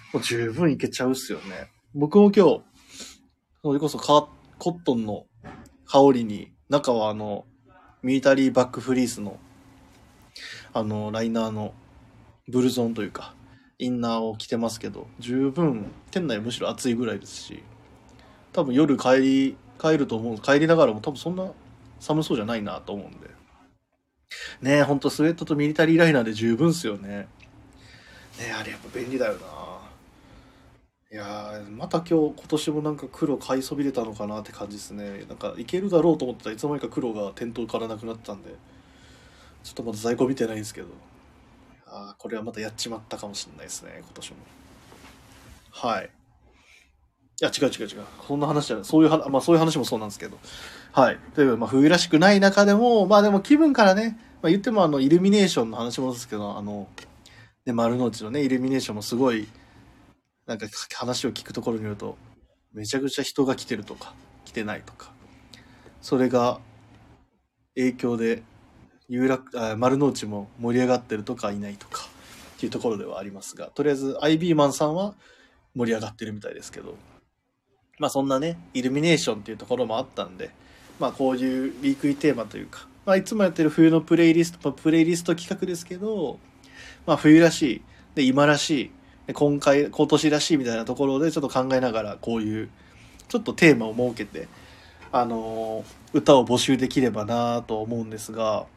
もう十分いけちゃうっすよね。僕も今日、それこそカコットンの羽織に、中はあの、ミリタリーバックフリースの、あの、ライナーのブルゾンというか、インナーを着てますけど、十分、店内むしろ暑いぐらいですし、多分夜帰り、帰ると思う、帰りながらも多分そんな寒そうじゃないなと思うんで。ねえ、ほんとスウェットとミリタリーライナーで十分っすよね。ねえ、あれやっぱ便利だよな。いやー、また今日、今年もなんか黒買いそびれたのかなって感じですね。なんかいけるだろうと思ってたらいつの間にか黒が店頭からなくなってたんで、ちょっとまだ在庫見てないんですけど、あーこれはまたやっちまったかもしれないですね、今年も。はい。いや、違う違う違う。そんな話じゃない。そういう話、まあそういう話もそうなんですけど。はい。というか、まあ冬らしくない中でも、まあでも気分からね、まあ言ってもあの、イルミネーションの話もですけど、あの、ね、丸の内のね、イルミネーションもすごい、なんか話を聞くところによると、めちゃくちゃ人が来てるとか、来てないとか、それが影響で、有楽、あ丸の内も盛り上がってるとかいないとか、っていうところではありますが、とりあえず アイビー マンさんは盛り上がってるみたいですけど、まあそんなね、イルミネーションっていうところもあったんで、まあこういうウィークリーテーマというか、まあいつもやってる冬のプレイリスト、プレイリスト企画ですけど、まあ冬らしい、で今らしい、で今回、今年らしいみたいなところでちょっと考えながら、こういう、ちょっとテーマを設けて、あのー歌を募集できればなと思うんですが、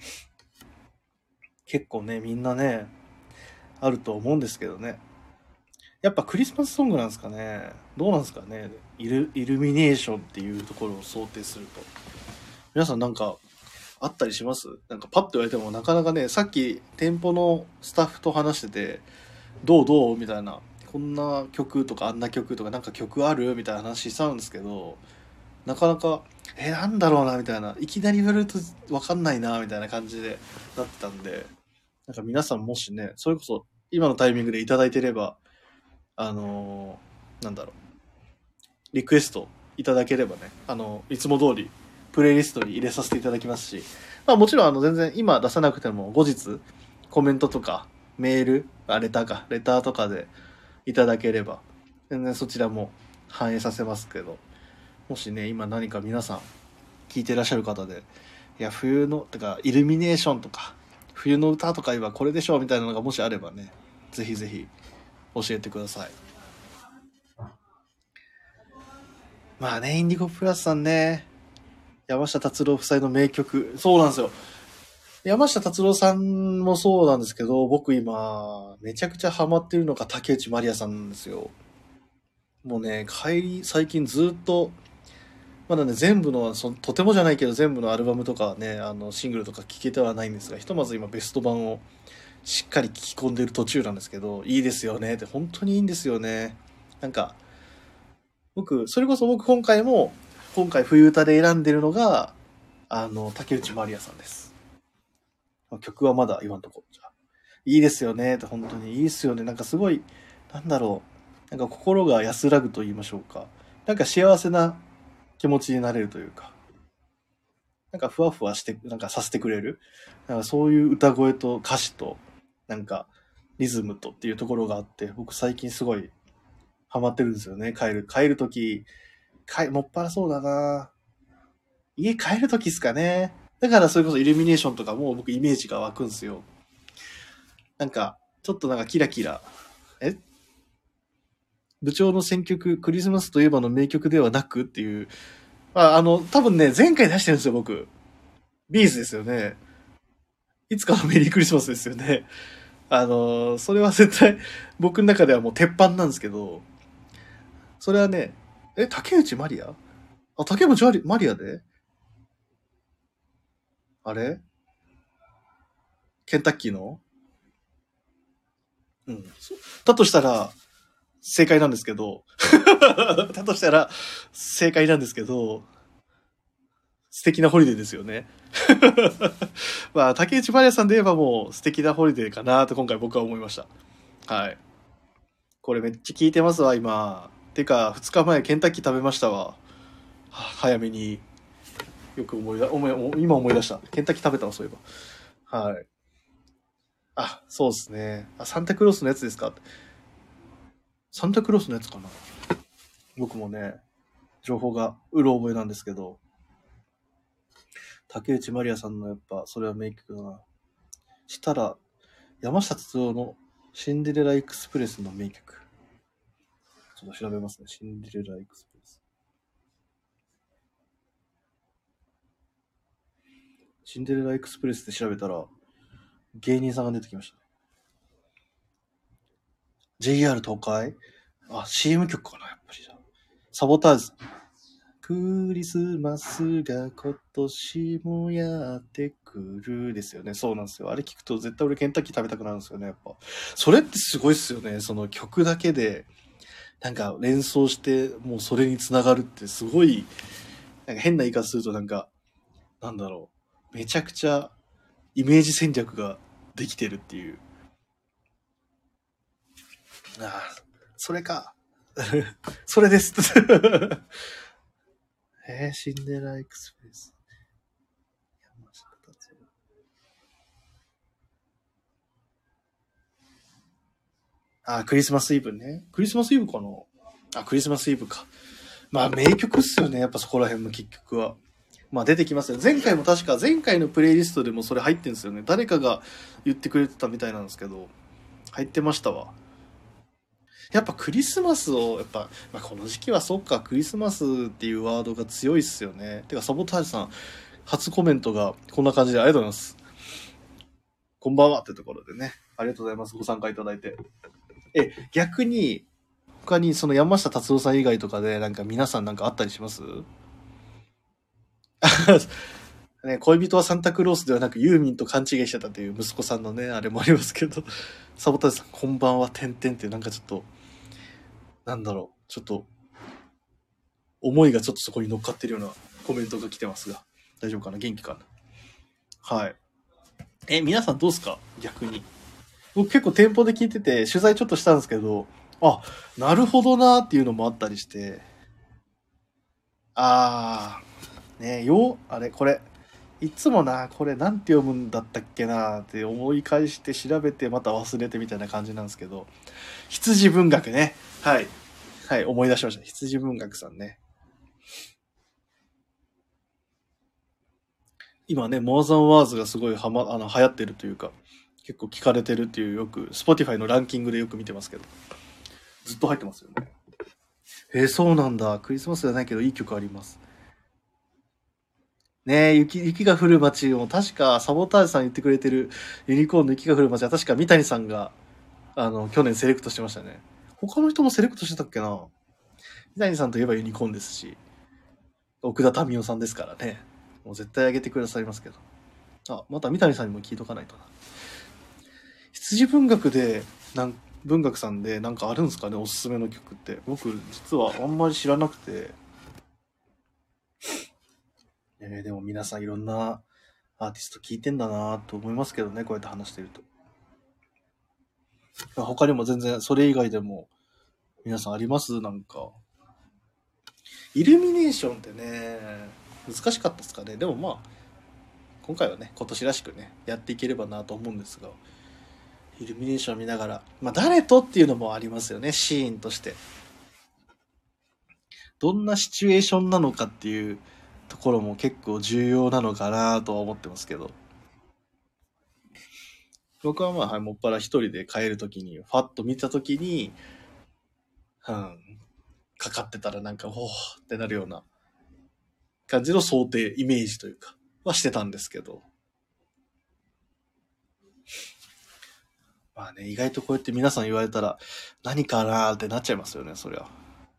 結構ね、みんなね、あると思うんですけどね。やっぱクリスマスソングなんですかね。どうなんですかね。イル、イルミネーションっていうところを想定すると。皆さんなんかあったりします？なんかパッと言われてもなかなかね、さっき店舗のスタッフと話してて、どうどうみたいな、こんな曲とかあんな曲とかなんか曲あるみたいな話したんですけど、なかなか、え、なんだろうなみたいな、いきなり言われるとわかんないなみたいな感じでなってたんで、なんか皆さんもしね、それこそ今のタイミングでいただいてれば、あのーなんだろう、リクエストいただければね、あの、いつも通り、プレイリストに入れさせていただきますし、まあもちろんあの全然今出さなくても後日コメントとかメール、あ、レターか、レターとかでいただければ、全然そちらも反映させますけど、もしね、今何か皆さん聞いてらっしゃる方で、いや、冬の、てか、イルミネーションとか、冬の歌とか言えばこれでしょみたいなのがもしあればね、ぜひぜひ教えてください。まあね、インディゴプラスさんね、山下達郎夫妻の名曲。そうなんですよ。山下達郎さんもそうなんですけど、僕今、めちゃくちゃハマってるのが竹内まりやさんなんですよ。もうね、帰り、最近ずっと、まだね、全部の、そのとてもじゃないけど全部のアルバムとかね、あの、シングルとか聴けてはないんですが、ひとまず今ベスト版をしっかり聴き込んでる途中なんですけど、いいですよねって、本当にいいんですよね。なんか、僕、それこそ僕今回も、今回冬歌で選んでるのが、あの、竹内まりやさんです。曲はまだ言わんとこ。じゃあいいですよねって、本当にいいですよね。なんかすごい、なんだろう。なんか心が安らぐと言いましょうか。なんか幸せな気持ちになれるというか。なんかふわふわして、なんかさせてくれる。なんかそういう歌声と歌詞と、なんかリズムとっていうところがあって、僕最近すごいハマってるんですよね。帰る、帰るとき、帰、もっぱらそうだな家帰るときっすかね。だからそれこそイルミネーションとかも僕イメージが湧くんですよ。なんか、ちょっとなんかキラキラ。え部長の選曲、クリスマスといえばの名曲ではなくっていう。まあ、あの、多分ね、前回出してるんですよ、僕。ビーズですよね。いつかのメリークリスマスですよね。あの、それは絶対、僕の中ではもう鉄板なんですけど、それはね、え、竹内まりやあ、竹内まりやであれケンタッキーのうん。だとしたら、正解なんですけど、だとしたら、正解なんですけど、素敵なホリデーですよね。まあ、竹内まりやさんで言えばもう素敵なホリデーかなと今回僕は思いました。はい。これめっちゃ聞いてますわ、今。てか、ふつかまえケンタッキー食べましたわ。は早めに。よく思いだ、思い、今思い出した。ケンタッキー食べたわ、そういえば。はい。あ、そうですね。あ、サンタクロースのやつですか？ サンタクロースのやつかな。僕もね、情報がうろ覚えなんですけど、竹内まりやさんのやっぱ、それは名曲だな。したら、山下達郎のシンデレラエクスプレスの名曲。ちょっと調べますね。シンデレラエクスプレス。シンデレラエクスプレスで調べたら、芸人さんが出てきました。ジェイアール 東海あ、シーエム 曲かな、やっぱりじゃあ。サボタージュ。クリスマスが今年もやってくるですよね。そうなんですよ。あれ聞くと絶対俺ケンタッキー食べたくなるんですよね、やっぱ。それってすごいっすよね。その曲だけで、なんか連想して、もうそれにつながるってすごい、なんか変な言い方するとなんか、なんだろう。めちゃくちゃイメージ戦略ができてるっていう。ああ、それか。それです。えー、シンデレラエクスプレス。あ、クリスマスイブね。クリスマスイブかなあ、クリスマスイブか。まあ、名曲っすよね。やっぱそこら辺も結局は。まあ、出てきますよ。前回も確か、前回のプレイリストでもそれ入ってんですよね。誰かが言ってくれてたみたいなんですけど、入ってましたわ。やっぱクリスマスを、やっぱ、まあ、この時期はそっか、クリスマスっていうワードが強いっすよね。てか、サボタージュさん、初コメントがこんな感じでありがとうございます。こんばんはってところでね。ありがとうございます。ご参加いただいて。え、逆に、他にその山下達郎さん以外とかで、なんか皆さんなんかあったりしますね、恋人はサンタクロースではなくユーミンと勘違いしてたという息子さんのね、あれもありますけど、サボタージュさん、こんばんは、てんてんってなんかちょっと、なんだろう、ちょっと、思いがちょっとそこに乗っかってるようなコメントが来てますが、大丈夫かな元気かなはい。え、皆さんどうすか逆に。僕結構店舗で聞いてて、取材ちょっとしたんですけど、あ、なるほどなーっていうのもあったりして、あー、ねよ、あれ、これ、いつもな、これなんて読むんだったっけなーって思い返して調べてまた忘れてみたいな感じなんですけど、羊文学ね。はい。はい、思い出しました。羊文学さんね。今ね、モアザンワーズがすごいはま、あの、流行ってるというか、結構聞かれてるっていうよく、Spotify のランキングでよく見てますけど、ずっと入ってますよね。えー、そうなんだ。クリスマスじゃないけどいい曲あります。ねえ、雪、雪が降る街も確かサボタージュさん言ってくれてるユニコーンの雪が降る街は確か三谷さんが、あの、去年セレクトしてましたね。他の人もセレクトしてたっけな三谷さんといえばユニコーンですし、奥田民生さんですからね。もう絶対あげてくださいますけど。あ、また三谷さんにも聞いとかないとな。羊文学で、なん文学さんでなんかあるんですかねおすすめの曲って。僕、実はあんまり知らなくて。えー、でも皆さんいろんなアーティスト聞いてんだなと思いますけどね、こうやって話してると。他にも全然それ以外でも皆さんありますなんか。イルミネーションってね、難しかったですかね。でもまあ、今回はね、今年らしくね、やっていければなと思うんですが、イルミネーション見ながら、まあ誰とっていうのもありますよね、シーンとして。どんなシチュエーションなのかっていうところも結構重要なのかなとは思ってますけど。僕はまあ、はい、もっぱら一人で帰るときに、ファッと見たときに、うん、かかってたらなんか、おーってなるような感じの想定、イメージというか、はしてたんですけど。まあね、意外とこうやって皆さん言われたら、何かなーってなっちゃいますよね、そりゃ。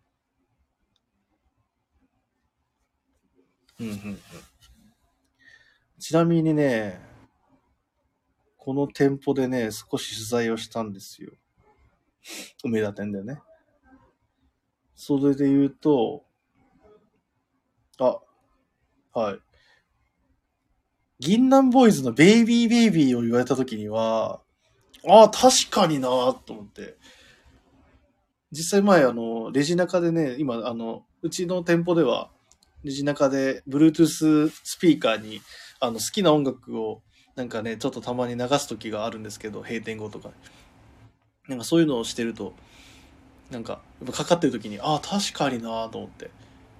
うんうんうん。ちなみにね、この店舗でね、少し取材をしたんですよ。梅田店でね。それで言うと、あ、はい。銀杏ボーイズのベイビーベイビーを言われた時には、ああ、確かになーと思って。実際前、あの、レジ中でね、今、あの、うちの店舗では、レジ中で、Bluetooth スピーカーに、あの、好きな音楽を、なんかね、ちょっとたまに流す時があるんですけど、閉店後とか。なんかそういうのをしてると、 なんか、やっぱかかってる時に、ああ、確かになと思って。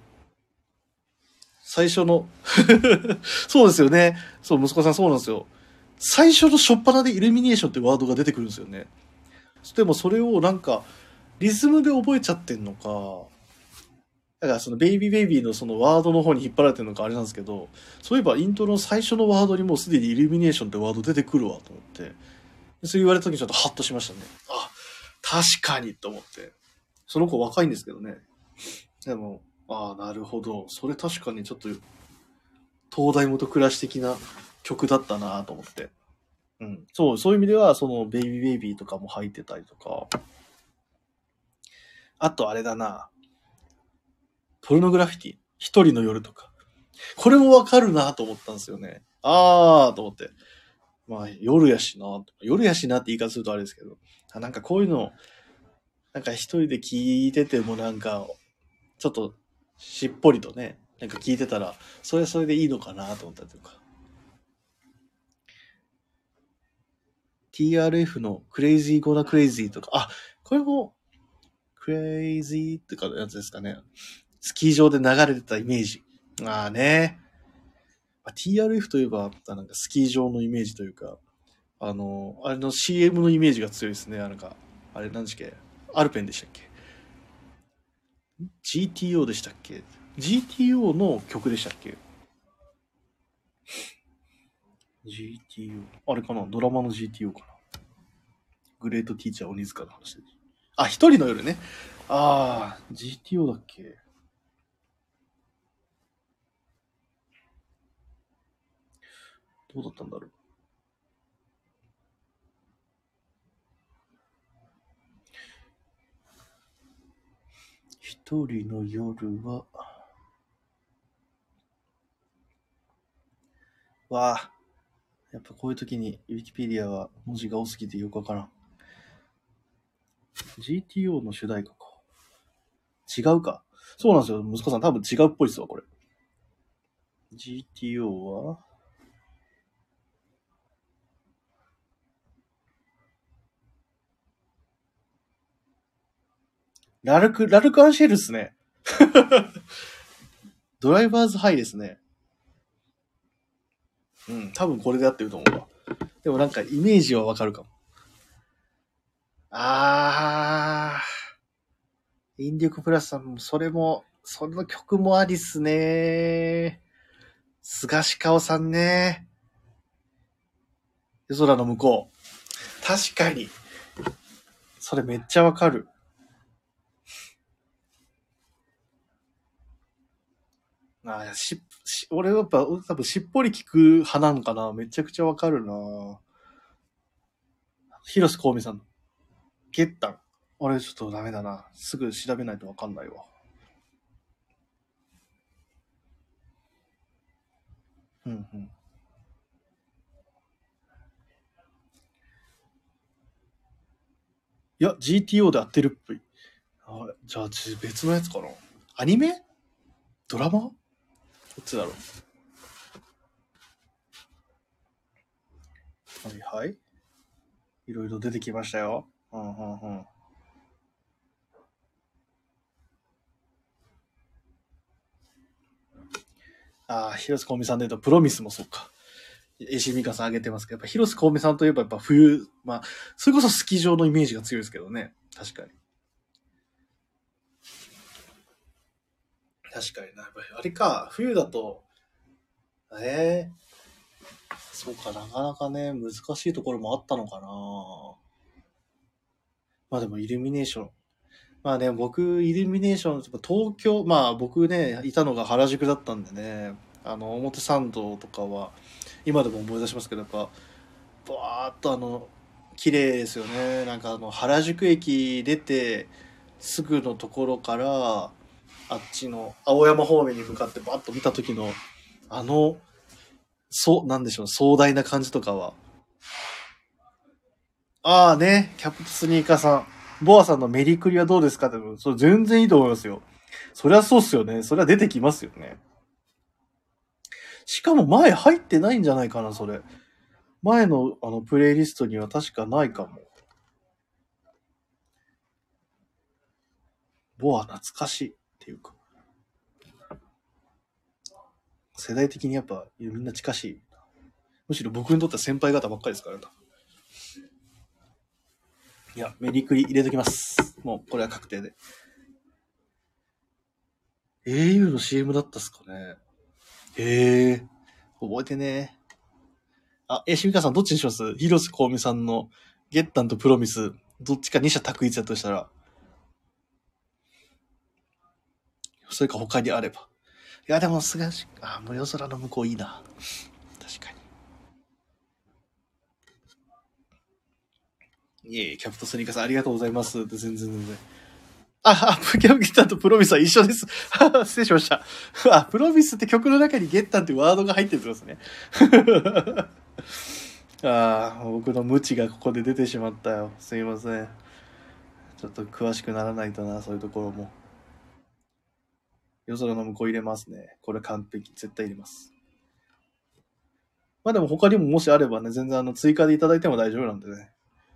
最初のそうですよね。そう、息子さんそうなんですよ。最初の初っ端でイルミネーションってワードが出てくるんですよね。でもそれをなんか、リズムで覚えちゃってんのか、だからそのベイビーベイビーのそのワードの方に引っ張られてるのかあれなんですけど、そういえばイントロの最初のワードにもうすでにイルミネーションってワード出てくるわと思って、そう言われた時にちょっとハッとしましたね。あ、確かにと思って。その子若いんですけどね。でも、ああ、なるほど。それ確かにちょっと、東大元暮らし的な曲だったなと思って。うん。そう、そういう意味では、その、ベイビーベイビーとかも入ってたりとか。あとあれだな。ポルノグラフィティ。一人の夜とか。これもわかるなと思ったんですよね。あーと思って。まあ、夜やしな。夜やしなって言い方するとあれですけど。あ、なんかこういうの、なんか一人で聞いててもなんか、ちょっとしっぽりとね、なんか聞いてたら、それはそれでいいのかなと思ったりとか。ティーアールエフ のクレイジーゴーナクレイジーとか、あ、これも、クレイジーとかのやつですかね。スキー場で流れてたイメージ。ああね。ティーアールエフ といえば、なんかスキー場のイメージというか、あの、あれの シーエム のイメージが強いですね。なんか、あれ何でしたっけ、アルペンでしたっけ、 ジーティーオー でしたっけ？ ジーティーオー の曲でしたっけ？ ジーティーオー。あれかな、ドラマの ジーティーオー かな。グレートティーチャー鬼塚の話で。あ、一人の夜ね。ああ、ジーティーオー だっけ？どうだったんだろう。一人の夜は、わあ、やっぱこういう時にウィキペディアは文字が多すぎてよくわからん。ジーティーオー の主題歌か。違うか。そうなんですよ。息子さん多分違うっぽいですわ、これ。ジーティーオー は、ラルク、ラルクアンシェルっすね。ドライバーズハイですね。うん、多分これでやってると思うわ。でもなんかイメージはわかるかも。あー、引力プラスさんも、それも、その曲もありっすね。菅氏顔さんね。夜空の向こう。確かに。それめっちゃわかる。あしし俺はやっぱ多分しっぽり聞く派なのかな。めちゃくちゃわかるな。広瀬香美さん。ゲッタン。俺ちょっとダメだな。すぐ調べないとわかんないわ。うんうん。いや、ジーティーオー で合ってるっぽい。あ、じゃあ別のやつかな。アニメ？ドラマ？どっちだろう。はいはい。いろいろ出てきましたよ。うんうんうん。ああ、広瀬香美さんで言うと、プロミスもそうか。エシミカさん挙げてますけど、やっぱ広瀬香美さんといえばやっぱ冬、まあ、それこそスキー場のイメージが強いですけどね。確かに。確かにな。やっぱりあれか、冬だと、ええー、そうか、なかなかね、難しいところもあったのかな。まあでもイルミネーション。まあね、僕、イルミネーション、東京、まあ僕ね、いたのが原宿だったんでね、あの、表参道とかは、今でも思い出しますけど、やっぱ、バーっとあの、綺麗ですよね。なんかあの、原宿駅出て、すぐのところから、あっちの青山方面に向かってバッと見た時の、あの、そう、なんでしょう、壮大な感じとかは。ああね、キャプトスニーカーさん。ボアさんのメリクリはどうですかって、それ全然いいと思いますよ。そりゃそうっすよね。そりゃ出てきますよね。しかも前入ってないんじゃないかな、それ。前のあのプレイリストには確かないかも。 ボア懐かしいっていうか。世代的にやっぱみんな近しい。むしろ僕にとっては先輩方ばっかりですからね。いや、メリクリ入れときます。もうこれは確定で。エーユー の シーエム だったっすかね。へえ。覚えてね。あ、え、しみかさんどっちにします？広瀬香美さんのゲッタンとプロミス、どっちか二者択一だとしたら。それか他にあれば。いや、でもすがし、あ、無料空の向こういいな。確かに。いえいえ、キャプトスニーカーさんありがとうございます。全然全然。あ、あ、ゲッタンとプロミスは一緒です。失礼しました。あ、プロミスって曲の中にゲッタンってワードが入ってるんですね。ああ、僕の無知がここで出てしまったよ。すいません。ちょっと詳しくならないとな、そういうところも。夜空の向こう入れますね。これ完璧。絶対入れます。まあでも他にももしあればね、全然あの追加でいただいても大丈夫なんでね。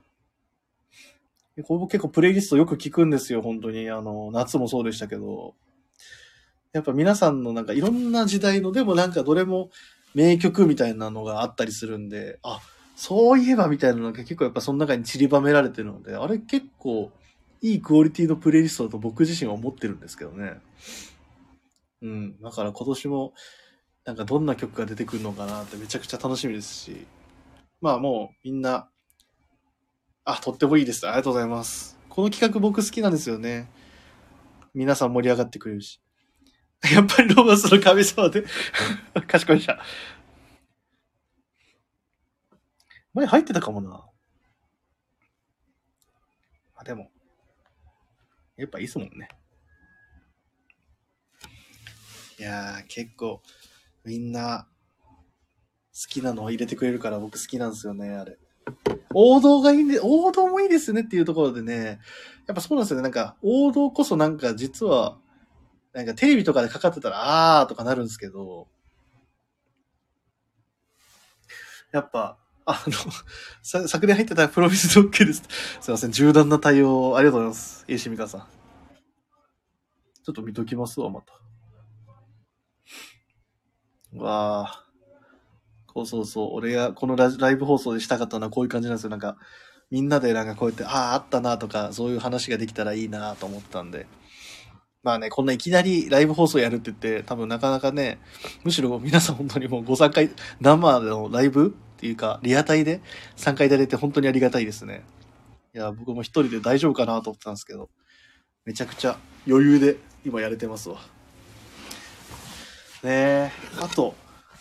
これ結構プレイリストよく聞くんですよ、本当に。あの、夏もそうでしたけど。やっぱ皆さんのなんかいろんな時代の、でもなんかどれも名曲みたいなのがあったりするんで、あ、そういえばみたいなのが結構やっぱその中に散りばめられてるので、あれ結構いいクオリティのプレイリストだと僕自身は思ってるんですけどね。うん。だから今年もなんかどんな曲が出てくるのかなってめちゃくちゃ楽しみですし。まあもうみんな、あ、とってもいいです。ありがとうございます。この企画僕好きなんですよね。皆さん盛り上がってくれるし。やっぱりロマンスの神様でかしこまりました。前入ってたかもな。あ、でも、やっぱいいっすもんね。いやー、結構、みんな、好きなのを入れてくれるから僕好きなんですよね、あれ。王道がいいんで、王道もいいですねっていうところでね、やっぱそうなんですよね。なんか、王道こそなんか実は、なんかテレビとかでかかってたら、あーとかなるんですけど、やっぱ、あの、さ昨年入ってたプロミスドッケです。すいません、柔軟な対応ありがとうございます。えいしみかさん。ちょっと見ときますわ、また。わあ。そうそうそう。俺がこのラライブ放送でしたかったのはこういう感じなんですよ。なんか、みんなでなんかこうやって、ああ、あったなとか、そういう話ができたらいいなと思ったんで。まあね、こんないきなりライブ放送やるって言って、多分なかなかね、むしろ皆さん本当にもうご参加、生のライブっていうか、リアタイで参加いただいて本当にありがたいですね。いや、僕も一人で大丈夫かなと思ってたんですけど、めちゃくちゃ余裕で今やれてますわ。ねえ、あと、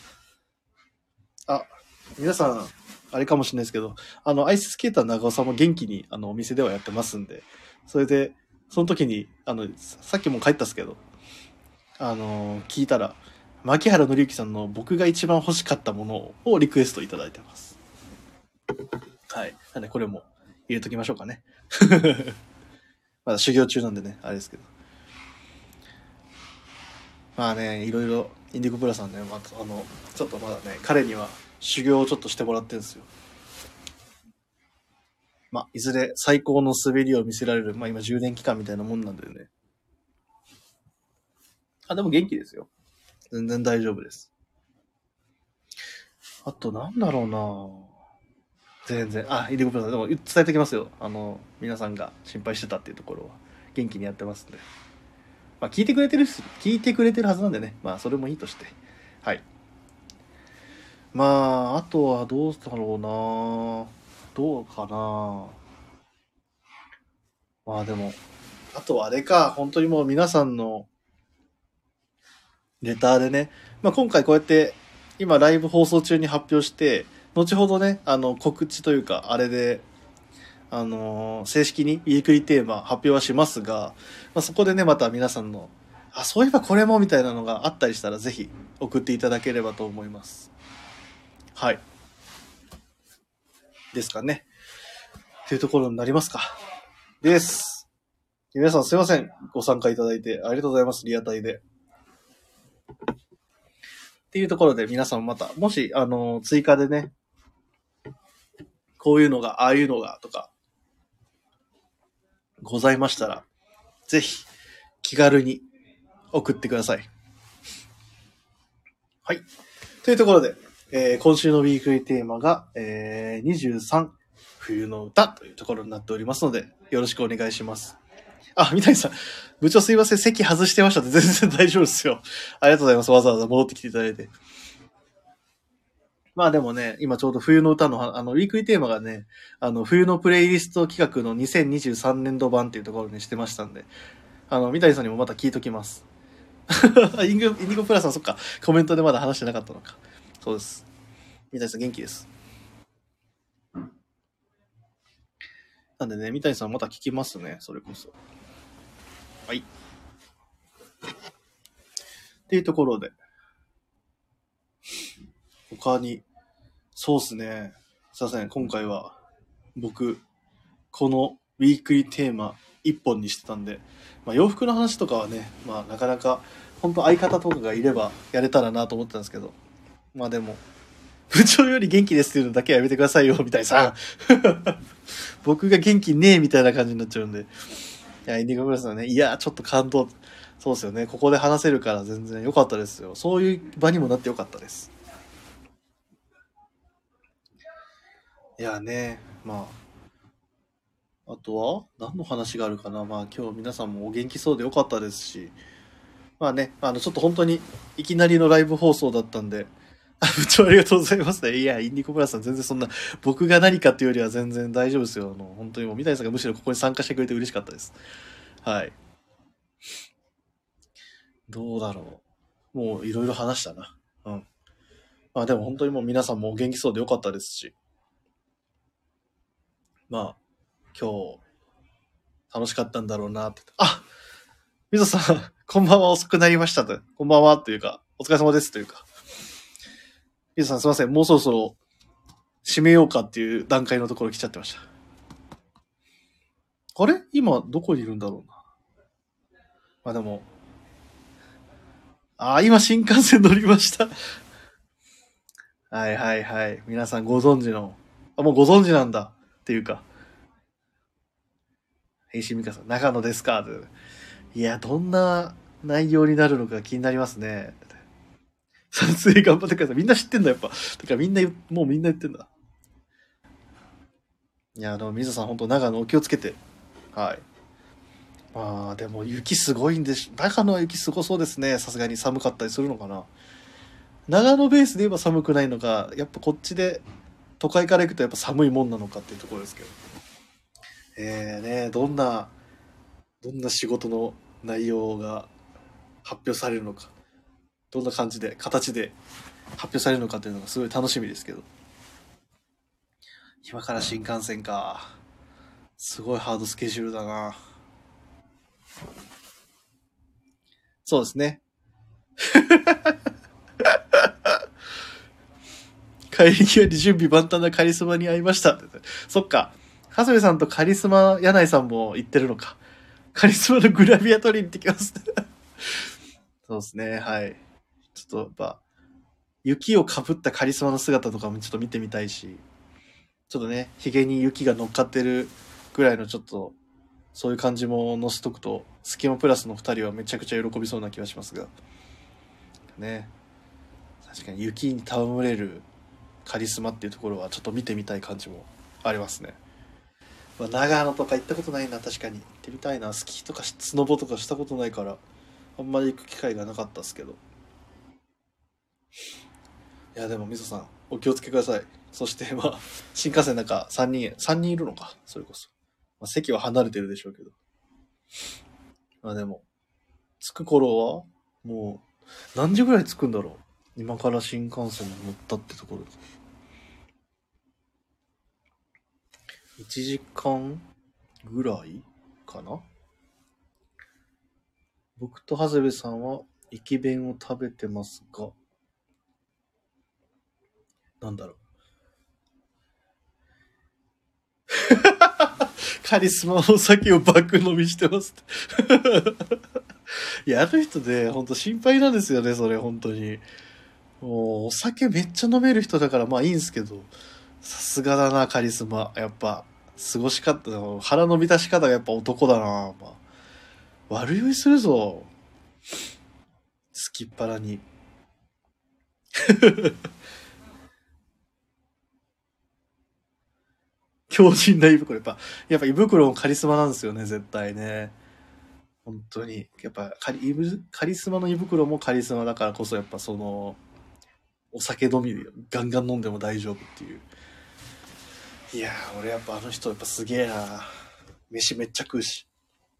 あ、皆さん、あれかもしれないですけど、あの、アイススケーター長尾さんも元気に、あの、お店ではやってますんで、それで、その時に、あの、さっきも帰ったっすけど、あの、聞いたら、牧原紀之さんの僕が一番欲しかったものをリクエストいただいてます。はい。なんで、これも入れときましょうかね。まだ修行中なんでね、あれですけど。まあね、いろいろ、インディゴプラさんね、まあ、あの、ちょっとまだね、彼には修行をちょっとしてもらってるんですよ。まあ、いずれ最高の滑りを見せられる、まあ今充電期間みたいなもんなんだよね。あ、でも元気ですよ。全然大丈夫です。あとなんだろうな全然。あ、イディゴプラさん、でも伝えておきますよ。あの、皆さんが心配してたっていうところは、元気にやってますんで。まあ聞いてくれてるし、聞いてくれてるはずなんでね。まあそれもいいとして。はい。まあ、あとはどうだろうなどうかなまあでも、あとはあれか、本当にもう皆さんのレターでね、まあ今回こうやって、今ライブ放送中に発表して、後ほどね、あの告知というか、あれで、あのー正式にウィークリーテーマ発表はしますが、まあ、そこでね、また皆さんの、あ、そういえばこれもみたいなのがあったりしたら、ぜひ送っていただければと思います。はい。ですかね。というところになりますか。です。皆さんすいません。ご参加いただいてありがとうございます。リアタイで。っていうところで皆さんまた、もし、あのー追加でね、こういうのが、ああいうのが、とか、ございましたら、ぜひ、 気軽に送ってください。はい。というところで、えー、今週のウィークリーテーマが、えー、にじゅうさん、冬の歌というところになっておりますので、よろしくお願いします。あ、三谷さん、部長すいません、席外してましたって全然大丈夫ですよ。ありがとうございます。わざわざ戻ってきていただいて。まあでもね、今ちょうど冬の歌の、あの、ウィークリーテーマがね、あの、冬のプレイリスト企画のにせんにじゅうさんねんど版っていうところにしてましたんで、あの、三谷さんにもまた聞いときます。イング、インディゴプラスはそっか、コメントでまだ話してなかったのか。そうです。三谷さん元気です。なんでね、三谷さんまた聞きますね、それこそ。はい。っていうところで。他に、そうっすね。すいません、今回は、僕、このウィークリーテーマ一本にしてたんで、まあ洋服の話とかはね、まあなかなか、本当相方とかがいればやれたらなと思ってたんですけど、まあでも、部長より元気ですっていうのだけはやめてくださいよ、みたいなさ。僕が元気ねえみたいな感じになっちゃうんで。いや、インディゴブラスはね、いや、ちょっと感動。そうですよね。ここで話せるから全然良かったですよ。そういう場にもなって良かったです。いやね、まあ。あとは何の話があるかな。まあ今日皆さんもお元気そうで良かったですし。まあね、あのちょっと本当にいきなりのライブ放送だったんで、部長ありがとうございますね。いや、インディコブラスさん全然そんな、僕が何かっていうよりは全然大丈夫ですよ。あの、本当にもう三谷さんがむしろここに参加してくれて嬉しかったです。はい。どうだろう。もういろいろ話したな。うん。まあでも本当にもう皆さんもお元気そうでよかったですし。まあ、今日、楽しかったんだろうなって。あ、みぞさん、こんばんは遅くなりましたと。こんばんはというか、お疲れ様ですというか。みぞさんすいません。もうそろそろ締めようかっていう段階のところ来ちゃってました。あれ今どこにいるんだろうな。まあでも、ああ、今新幹線乗りました。はいはいはい。皆さんご存知の、あ、もうご存知なんだっていうか、平信美香さん、長野ですかって。いや、どんな内容になるのか気になりますね。撮影頑張ってください。みんな知ってんだ、やっぱ。てかみんな言、もうみんな言ってんだ。いや、あの、水さん、本当長野お気をつけて。はい。まあ、でも雪すごいんでし、長野は雪すごそうですね。さすがに寒かったりするのかな。長野ベースで言えば寒くないのか、やっぱこっちで都会から行くとやっぱ寒いもんなのかっていうところですけど。えーね、どんな、どんな仕事の内容が発表されるのか、どんな感じで、形で発表されるのかっていうのがすごい楽しみですけど。今から新幹線か。すごいハードスケジュールだな。そうですね。帰り際に準備万端なカリスマに会いました。そっか。長谷部さんとカリスマ柳井さんも言ってるのか。カリスマのグラビア取りに行ってきます。そうですね。はい。ちょっとやっぱ、雪をかぶったカリスマの姿とかもちょっと見てみたいし、ちょっとね、髭に雪が乗っかってるぐらいのちょっと、そういう感じも載せとくと、スキマプラスの二人はめちゃくちゃ喜びそうな気がしますが。ね。確かに雪に戯れるカリスマっていうところはちょっと見てみたい感じもありますね。まあ、長野とか行ったことないな、確かに。行ってみたいな。スキーとかスノボとかしたことないから、あんまり行く機会がなかったですけど。いや、でも、みそさん、お気をつけください。そして、まあ、新幹線なんかさんにん、さんにんいるのか、それこそ。まあ、席は離れてるでしょうけど。まあでも、着く頃は、もう、何時ぐらい着くんだろう。今から新幹線に乗ったってところで。いちじかんぐらいかな。僕と長谷部さんは駅弁を食べてますが、なんだろう。カリスマお酒をバック飲みしてますいや、あの人ね、ほんと心配なんですよね、それ、本当に。もう、お酒めっちゃ飲める人だから、まあいいんすけど、さすがだな、カリスマ。やっぱ、過ごし方、腹の満たし方がやっぱ男だな、まあ。 悪酔いするぞ。すきっ腹に。強靭な胃袋。やっぱ、やっぱ胃袋もカリスマなんですよね、絶対ね。本当に。やっぱカリ、カリスマの胃袋もカリスマだからこそ、やっぱその、お酒飲みでガンガン飲んでも大丈夫っていう。いやー、俺やっぱあの人やっぱすげえな。飯めっちゃ食うし。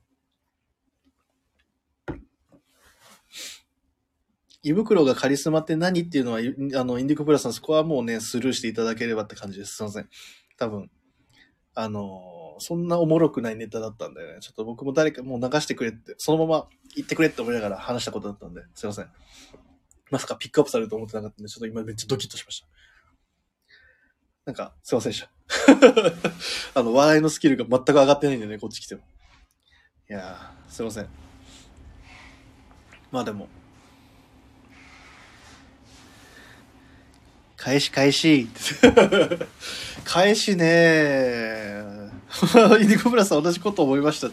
胃袋がカリスマって何っていうのは、あの、インディコプラスさん、そこはもうね、スルーしていただければって感じです。すいません。多分、あのーそんなおもろくないネタだったんでね、ちょっと僕も誰かもう流してくれって、そのまま言ってくれって思いながら話したことだったんで、すいません。まさかピックアップされると思ってなかったんで、ちょっと今めっちゃドキッとしました。なんか、すいませんでした。あの、笑いのスキルが全く上がってないんでね、こっち来ても。いやー、すいません。まあでも、返し返し。返しねー。インディコブラさん同じこと思いましたって。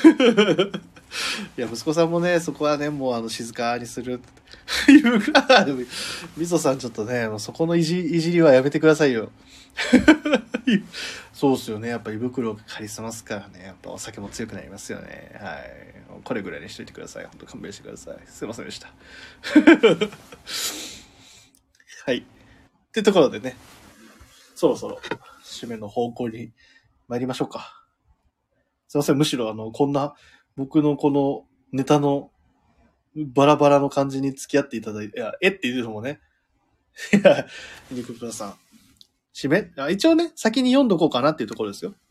いや、息子さんもね、そこはね、もうあの、静かにするっていうぐらい、でもみそさんちょっとね、もうそこのいじいじりはやめてくださいよ。そうっすよね。やっぱ胃袋がカリスマすからね。やっぱお酒も強くなりますよね。はい。これぐらいにしといてください。本当勘弁してください。すいませんでした。はい。ってところでね、そろそろ締めの方向に参りましょうか。すいません。むしろあの、こんな僕のこのネタのバラバラの感じに付き合っていただいて、いや、えっていうのもね、いや、ニコプラさん。締めあ一応ね、先に読んどこうかなっていうところですよ。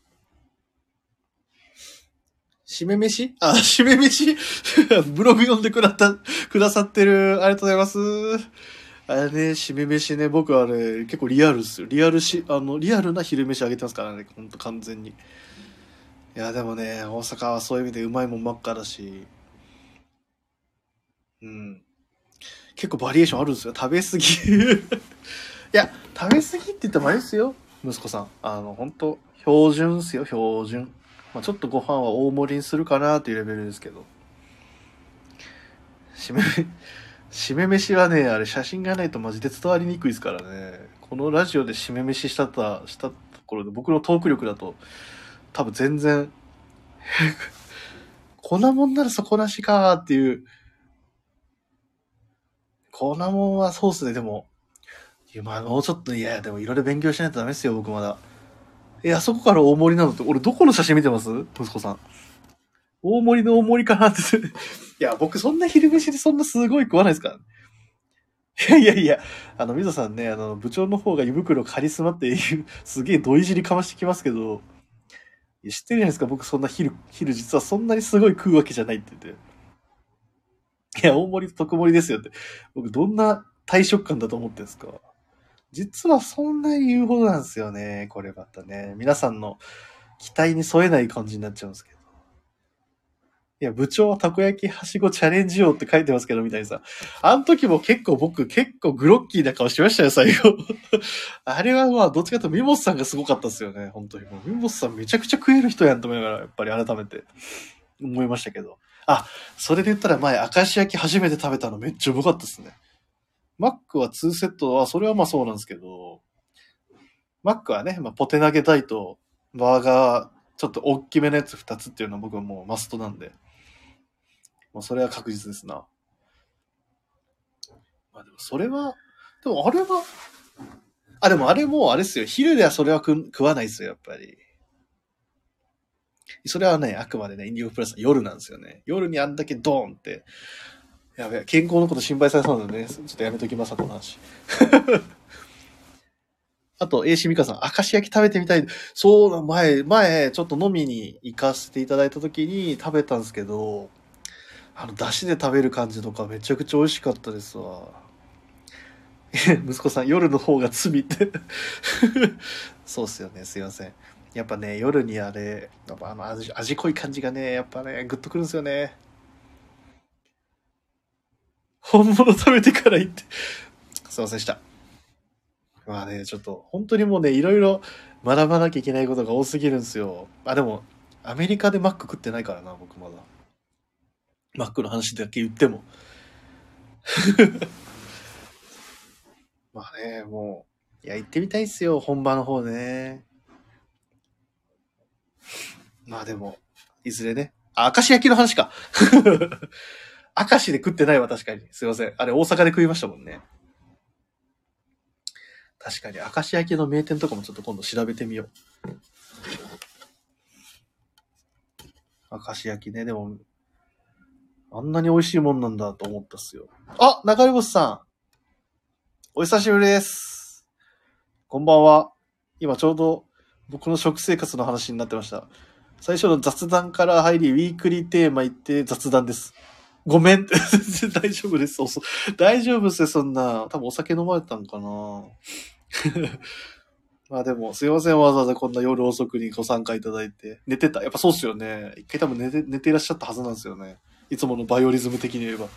締め飯あ、締め飯ブログ読んでくだた、くださってる。ありがとうございます。あれね、締め飯ね、僕はね、結構リアルっすよ。リアルし、あの、リアルな昼飯あげてますからね、ほんと完全に。いや、でもね、大阪はそういう意味でうまいもんばっかだし、うん。結構バリエーションあるんですよ。食べ過ぎ。いや、食べ過ぎって言ってもあれですよ。息子さん。あの、本当標準っすよ、標準。まあ、ちょっとご飯は大盛りにするかなっていうレベルですけど。締め、締め飯はね、あれ写真がないとマジで伝わりにくいですからね。このラジオで締め飯したた、したところで僕のトーク力だと多分全然、こんなもんなら底なしかーっていう、こんなもんはそうっすね、でも、いや、まあもうちょっと、いや、でもいろいろ勉強しないとダメですよ、僕まだ。え、あそこから大盛りなのって、俺どこの写真見てます息子さん。大盛りの大盛りかなって。いや、僕そんな昼飯でそんなすごい食わないですから。いやいやいや、あの、みぞさんね、あの、部長の方が胃袋カリスマっていう、すげえどいじりかましてきますけど、いや知ってるじゃないですか、僕そんな昼、昼実はそんなにすごい食うわけじゃないって言って。いや、大盛りと特盛りですよって。僕どんな大食感だと思ってんですか？実はそんなに言うほどなんですよね、これまたね。皆さんの期待に添えない感じになっちゃうんですけど。いや、部長はたこ焼きはしごチャレンジよって書いてますけど、みたいにさ。あの時も結構僕、結構グロッキーな顔しましたよ、最後。あれはまあ、どっちかというとミモスさんがすごかったですよね、本当に。もうミモスさんめちゃくちゃ食える人やんと思いながら、やっぱり改めて思いましたけど。あ、それで言ったら前、明石焼き初めて食べたのめっちゃうまかったですね。マックはにセットは、それはまあそうなんですけど、マックはね、まあ、ポテナゲ大とバーガー、ちょっと大きめのやつふたつっていうのは僕はもうマストなんで、もうそれは確実ですな。まあでもそれは、でもあれは、あ、でもあれもうあれですよ。昼ではそれは食食わないですよ、やっぱり。それはね、あくまでね、インディゴプラスは夜なんですよね。夜にあんだけドーンって、やべえ、健康のこと心配されそうなのでね、ちょっとやめときます、後の話。あと、A シミカさん、明石焼き食べてみたい。そうな、前、前、ちょっと飲みに行かせていただいた時に食べたんですけど、あの、出汁で食べる感じとかめちゃくちゃ美味しかったですわ。息子さん、夜の方が罪ってそうっすよね、すいません。やっぱね、夜にあれ、やっぱあの味、味濃い感じがね、やっぱね、グッとくるんですよね。本物食べてから言って。すいませんでした。まあね、ちょっと、本当にもうね、いろいろ学ばなきゃいけないことが多すぎるんですよ。あ、でも、アメリカでマック食ってないからな、僕まだ。 マックの話だけ言っても。まあね、もう、いや、行ってみたいっすよ、本場の方ね。まあでも、いずれね。あ、明石焼きの話か。明石で食ってないわ、確かに。すいません。あれ、大阪で食いましたもんね。確かに、明石焼きの名店とかもちょっと今度調べてみよう。明石焼きね、でも、あんなに美味しいもんなんだと思ったっすよ。あ、中山さん。お久しぶりです。こんばんは。今ちょうど僕の食生活の話になってました。最初の雑談から入り、ウィークリーテーマ行って雑談です。ごめん。全然大丈夫です。大丈夫ですよ、そんな。多分お酒飲まれたんかな。まあでも、すいません、わざわざこんな夜遅くにご参加いただいて。寝てた。やっぱそうっすよね。一回多分寝て、寝ていらっしゃったはずなんですよね。いつものバイオリズム的に言えば。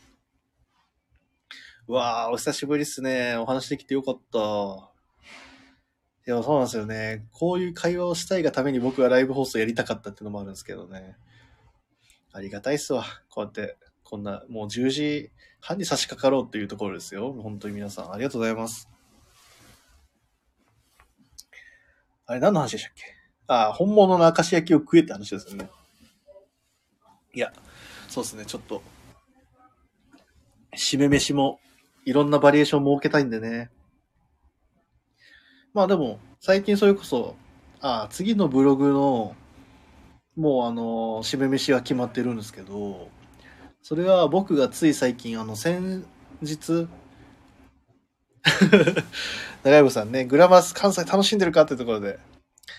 うわあ、お久しぶりっすね。お話できてよかった。いや、そうなんですよね。こういう会話をしたいがために僕がライブ放送やりたかったっていうのもあるんですけどね。ありがたいっすわ。こうやって、こんな、もうじゅうじはんに差し掛かろうっていうところですよ。本当に皆さん、ありがとうございます。あれ、何の話でしたっけ？ああ、本物の明石焼きを食えって話ですよね。いや、そうですね。ちょっと、締め飯も、いろんなバリエーション設けたいんでね。まあでも、最近それこそ、ああ、次のブログの、もうあの、締め飯は決まってるんですけど、それは僕がつい最近、あの、先日、長山さんね、グラマス関西楽しんでるかってところで、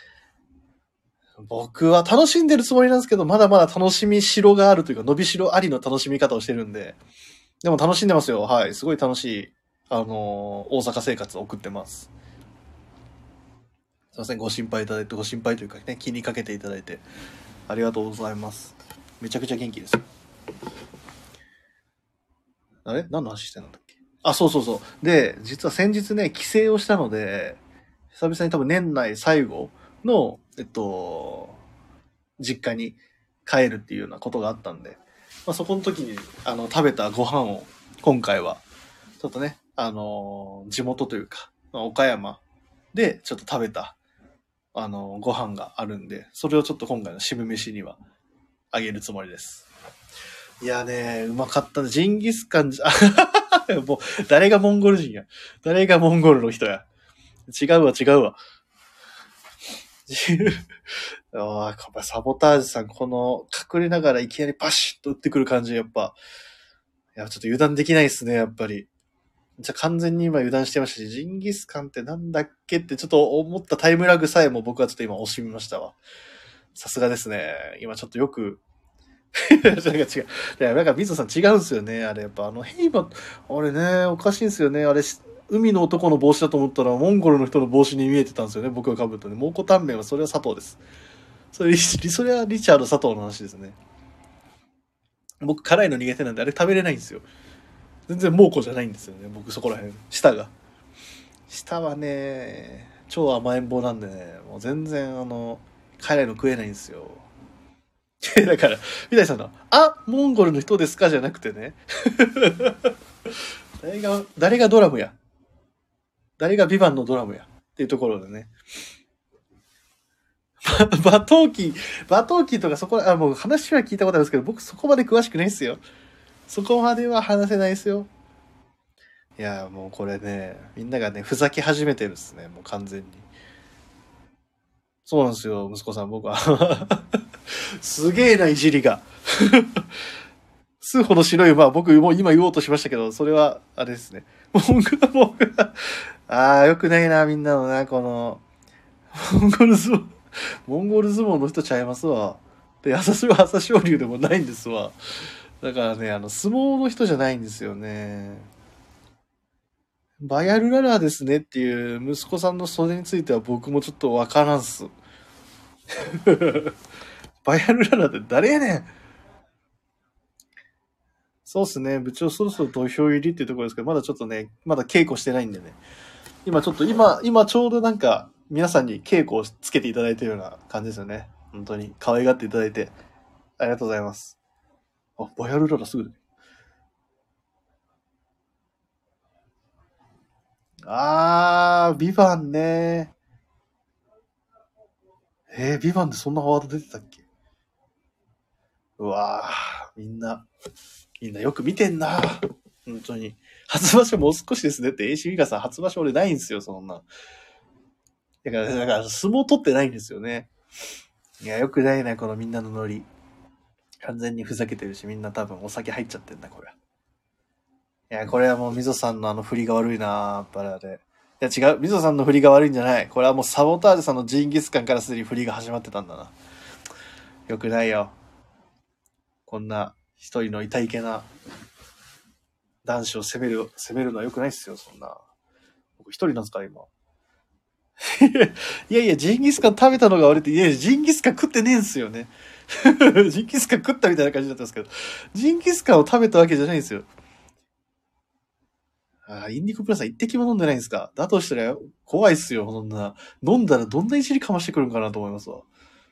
僕は楽しんでるつもりなんですけど、まだまだ楽しみしろがあるというか、伸びしろありの楽しみ方をしてるんで、でも楽しんでますよ。はい。すごい楽しい、あのー大阪生活を送ってます。すいません。ご心配いただいて、ご心配というかね、気にかけていただいて、ありがとうございます。めちゃくちゃ元気です。あれ何の話してんだっけ？あ、そうそうそう。で、実は先日ね、帰省をしたので、久々に多分年内最後の、えっと、実家に帰るっていうようなことがあったんで、まあ、そこの時にあの食べたご飯を今回はちょっとね、あのー地元というか、まあ岡山でちょっと食べた、あのーご飯があるんで、それをちょっと今回の締め飯にはあげるつもりです。いやね、うまかったね。ジンギスカンじゃ、もう誰がモンゴル人や。誰がモンゴルの人や。違うわ違うわ。ああ、やっぱサボタージュさん、この隠れながらいきなりパシッと打ってくる感じ、やっぱ、いや、ちょっと油断できないですね、やっぱり。じゃあ完全に今油断してましたし、ジンギスカンってなんだっけってちょっと思ったタイムラグさえも僕はちょっと今惜しみましたわ。さすがですね。今ちょっとよく、違う違う。いや、なんか水野さん違うんですよね。あれやっぱあのヘイバ、あれね、おかしいんですよね。あれ、海の男の帽子だと思ったらモンゴルの人の帽子に見えてたんですよね。僕が被るとね。蒙古タンメンはそれは佐藤です。それ、それはリチャード佐藤の話ですね。僕辛いの苦手なんであれ食べれないんですよ。全然蒙古じゃないんですよね。僕そこら辺。舌が。舌はね、超甘えん坊なんでね、もう全然あの、辛いの食えないんですよ。だから、三谷さんの、あ、モンゴルの人ですかじゃなくてね。誰が、誰がドラムや。誰がビバンのドラムや。っていうところでね。バトーキー、バトーキーとかそこ、あ、もう話は聞いたことあるんですけど、僕そこまで詳しくないですよ。そこまでは話せないですよ。いや、もうこれね、みんながね、ふざけ始めてるんですね、もう完全に。そうなんですよ、息子さん、僕は。すげえな、いじりが。数歩の白い馬、僕もう今言おうとしましたけど、それは、あれですね。僕は、僕は、ああ、よくないな、みんなのな、この、モンゴル相撲、モンゴル相撲の人ちゃいますわ。で、朝青龍、朝青龍でもないんですわ。だからね、あの、相撲の人じゃないんですよね。バヤルララーですねっていう息子さんの袖については僕もちょっとわからんっす。バヤルララーって誰やねん。そうっすね。部長そろそろ土俵入りっていうところですけど、まだちょっとね、まだ稽古してないんでね。今ちょっと今、今ちょうどなんか皆さんに稽古をつけていただいてるような感じですよね。本当に可愛がっていただいてありがとうございます。 あ、バヤルララすぐ。あー、ビバンね。えー、ビバンでそんなワード出てたっけ？うわー、みんな、みんなよく見てんな。本当に。初場所もう少しですねって、エーシー ミカさん、初場所俺ないんですよ、そんな。だから、だから相撲取ってないんですよね。いや、よくないな、このみんなのノリ。完全にふざけてるし、みんな多分お酒入っちゃってんだ、これ。いや、これはもうみぞさんのあの振りが悪いな、やっぱりあれ。いや違う、みぞさんの振りが悪いんじゃない。これはもうサボタージュさんのジンギスカンからすでに振りが始まってたんだな。よくないよ。こんな一人の痛いけな男子を責める、責めるのはよくないっすよ、そんな。僕一人なんですから、今。いやいや、ジンギスカン食べたのが悪いって、いやいや、ジンギスカン食ってねえんすよね。ジンギスカン食ったみたいな感じだったんですけど、ジンギスカンを食べたわけじゃないんですよ。ああ、インディコプラスは一滴も飲んでないんですか？だとしたら怖いっすよ、そんな。飲んだらどんないじりかましてくるんかなと思いますわ。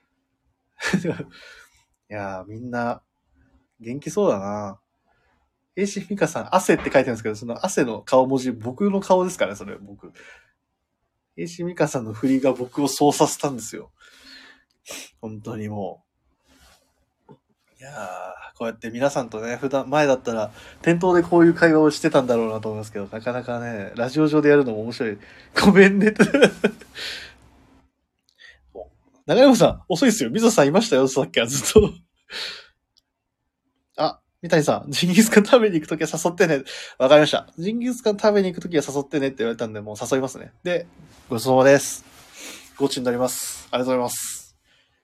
いやー、みんな、元気そうだな。エーシー ミカさん、汗って書いてるんですけど、その汗の顔文字、僕の顔ですからね、それ、僕。エーシー ミカさんの振りが僕をそうさせたんですよ。本当にもう。いやー、こうやって皆さんとね、普段、前だったら、店頭でこういう会話をしてたんだろうなと思いますけど、なかなかね、ラジオ上でやるのも面白い。ごめんね。長山さん、遅いっすよ。みぞさんいましたよ、さっきはずっと。あ、三谷さん、ジンギスカン食べに行くときは誘ってね。わかりました。ジンギスカン食べに行くときは誘ってねって言われたんで、もう誘いますね。で、ごちそうさまです。ごちになります。ありがとうございます。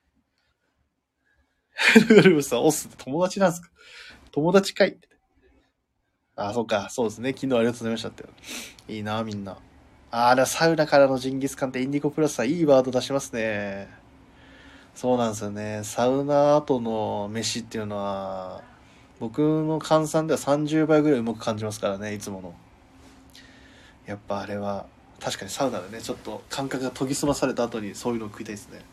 ルールさん、オスって友達なんですか？友達かい？あ、そうか、そうですね。昨日ありがとうございましたって。いいな、みんな。あー、サウナからのジンギスカンってインディコプラスさん、いいワード出しますね。そうなんですよね。サウナ後の飯っていうのは、僕の換算ではさんじゅうばいぐらいうまく感じますからね、いつもの。やっぱあれは、確かにサウナでね、ちょっと感覚が研ぎ澄まされた後にそういうのを食いたいですね。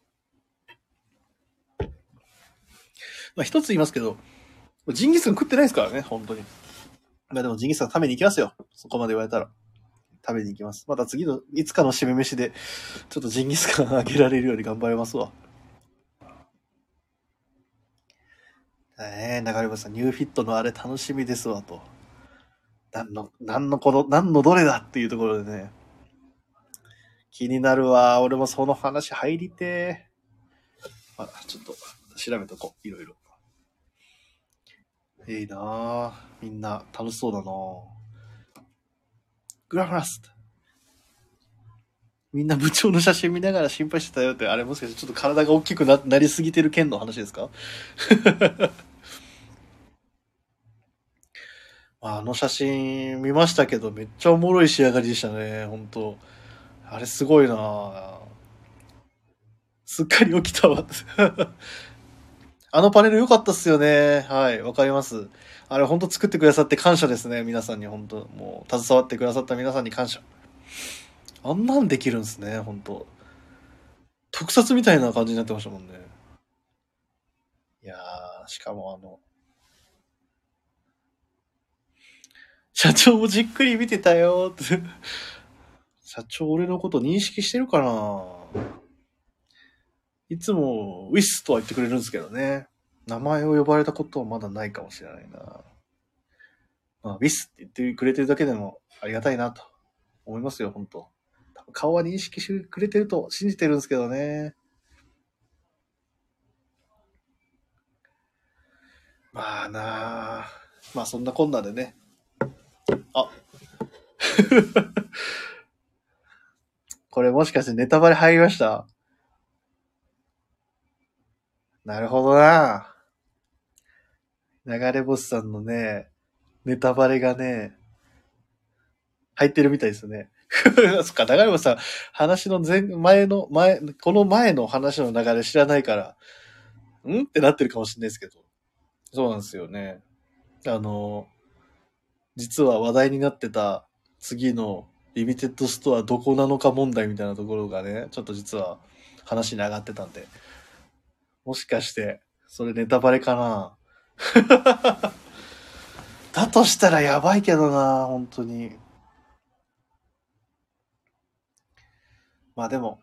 まあ一つ言いますけど、ジンギスカン食ってないですからね、本当に。まあでもジンギスカン食べに行きますよ。そこまで言われたら。食べに行きます。また次の、いつかの締め飯で、ちょっとジンギスカンあげられるように頑張りますわ。ねえ、流れ星さん、ニューフィットのあれ楽しみですわ、と。何の、何のこの、何のどれだっていうところでね。気になるわ。俺もその話入りてー。あ、ちょっと調べとこう。いろいろ。いいなぁ。みんな楽しそうだなぁ。グラフラスみんな部長の写真見ながら心配してたよって、あれもしかしてちょっと体が大きく な, なりすぎてる件の話ですか？あの写真見ましたけど、めっちゃおもろい仕上がりでしたね、本当あれすごいなぁ。すっかり起きたわ。あのパネル良かったっすよね。はい、わかります。あれ本当作ってくださって感謝ですね。皆さんに本当もう携わってくださった皆さんに感謝。あんなんできるんですね、本当特撮みたいな感じになってましたもんね。いやー、しかもあの、社長もじっくり見てたよーって。社長俺のこと認識してるかないつもウィスとは言ってくれるんですけどね。名前を呼ばれたことはまだないかもしれないな。まあ、ウィスって言ってくれてるだけでもありがたいなと思いますよ、本当多分顔は認識してくれてると信じてるんですけどね。まあなあ。まあそんなこんなでね。あ、これもしかしてネタバレ入りました？なるほどな。流れ星さんのね、ネタバレがね、入ってるみたいですね。そっか、流れ星さん、話の前、前の、前、この前の話の流れ知らないから、んってなってるかもしれないですけど。そうなんですよね。あの、実は話題になってた次のリミテッドストアどこなのか問題みたいなところがね、ちょっと実は話に上がってたんで、もしかして、それネタバレかな？ だとしたらやばいけどな、本当に。まあでも、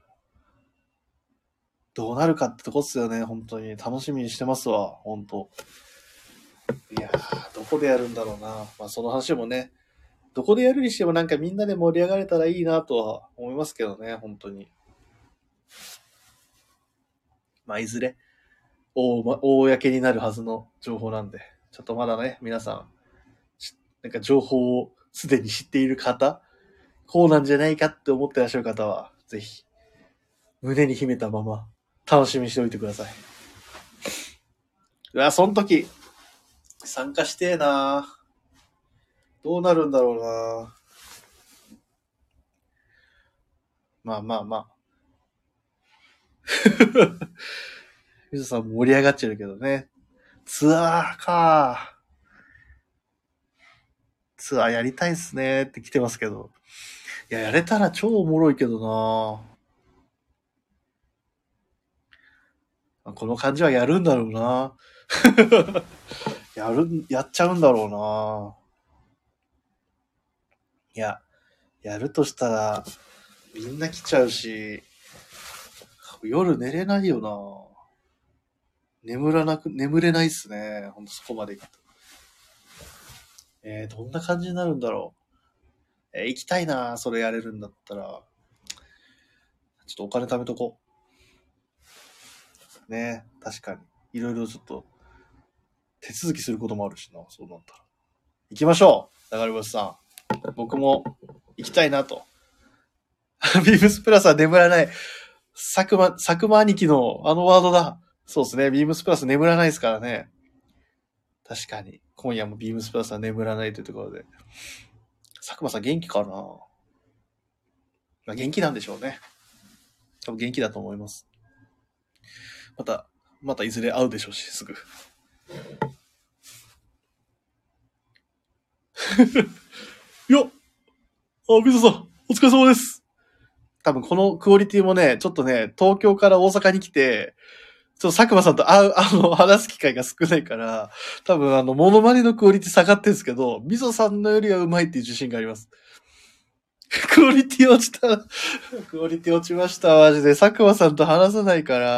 どうなるかってとこっすよね、本当に。楽しみにしてますわ、本当。いやー、どこでやるんだろうな。まあその話もね、どこでやるにしてもなんかみんなで盛り上がれたらいいなとは思いますけどね、本当に。まあいずれ、大、ま、公になるはずの情報なんで、ちょっとまだね、皆さん、なんか情報をすでに知っている方、こうなんじゃないかって思ってらっしゃる方は、ぜひ、胸に秘めたまま、楽しみにしておいてください。うわ、その時、参加してえな。どうなるんだろうな。まあまあまあ。ゆずさん盛り上がっちゃうけどね。ツアーか。ツアーやりたいっすねって来てますけど。いや、やれたら超おもろいけどな。この感じはやるんだろうな。やる、やっちゃうんだろうな。いや、やるとしたら、みんな来ちゃうし、夜寝れないよな。眠らなく、眠れないっすね。ほんとそこまで行くと。えー、どんな感じになるんだろう。えー、行きたいな、それやれるんだったら。ちょっとお金貯めとこう。ね、確かに。いろいろちょっと、手続きすることもあるしな、そうなったら。行きましょう、流れ星さん。僕も行きたいなと。ビームスプラスは眠らない。佐久間、佐久間兄貴のあのワードだ。そうですね。ビームスプラス眠らないですからね。確かに。今夜もビームスプラスは眠らないというところで。佐久間さん元気かな、まあ、元気なんでしょうね。多分元気だと思います。また、またいずれ会うでしょうし、すぐ。いや、あ、水野さん、お疲れ様です。多分このクオリティもね、ちょっとね、東京から大阪に来て、ちょっと佐久間さんと会う、あの、話す機会が少ないから、多分あの、モノマネのクオリティ下がってるんですけど、みぞさんのよりは上手いっていう自信があります。クオリティ落ちた。クオリティ落ちました、マジで。佐久間さんと話さないから、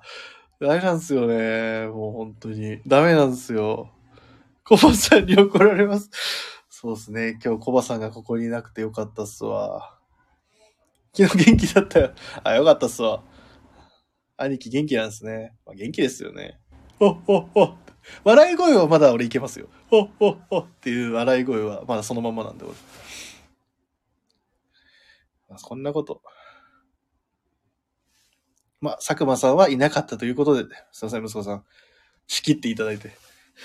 ダメなんですよね。もう本当に。ダメなんですよ。コバさんに怒られます。そうですね。今日コバさんがここにいなくてよかったっすわ。昨日元気だったよ。あ、よかったっすわ。兄貴元気なんですね。まあ、元気ですよね。ほっほっほ。笑い声はまだ俺いけますよ。ほっほっほっていう笑い声はまだそのままなんで俺。まあ、そんなこと。まあ、佐久間さんはいなかったということで、すいません、息子さん。仕切っていただいて。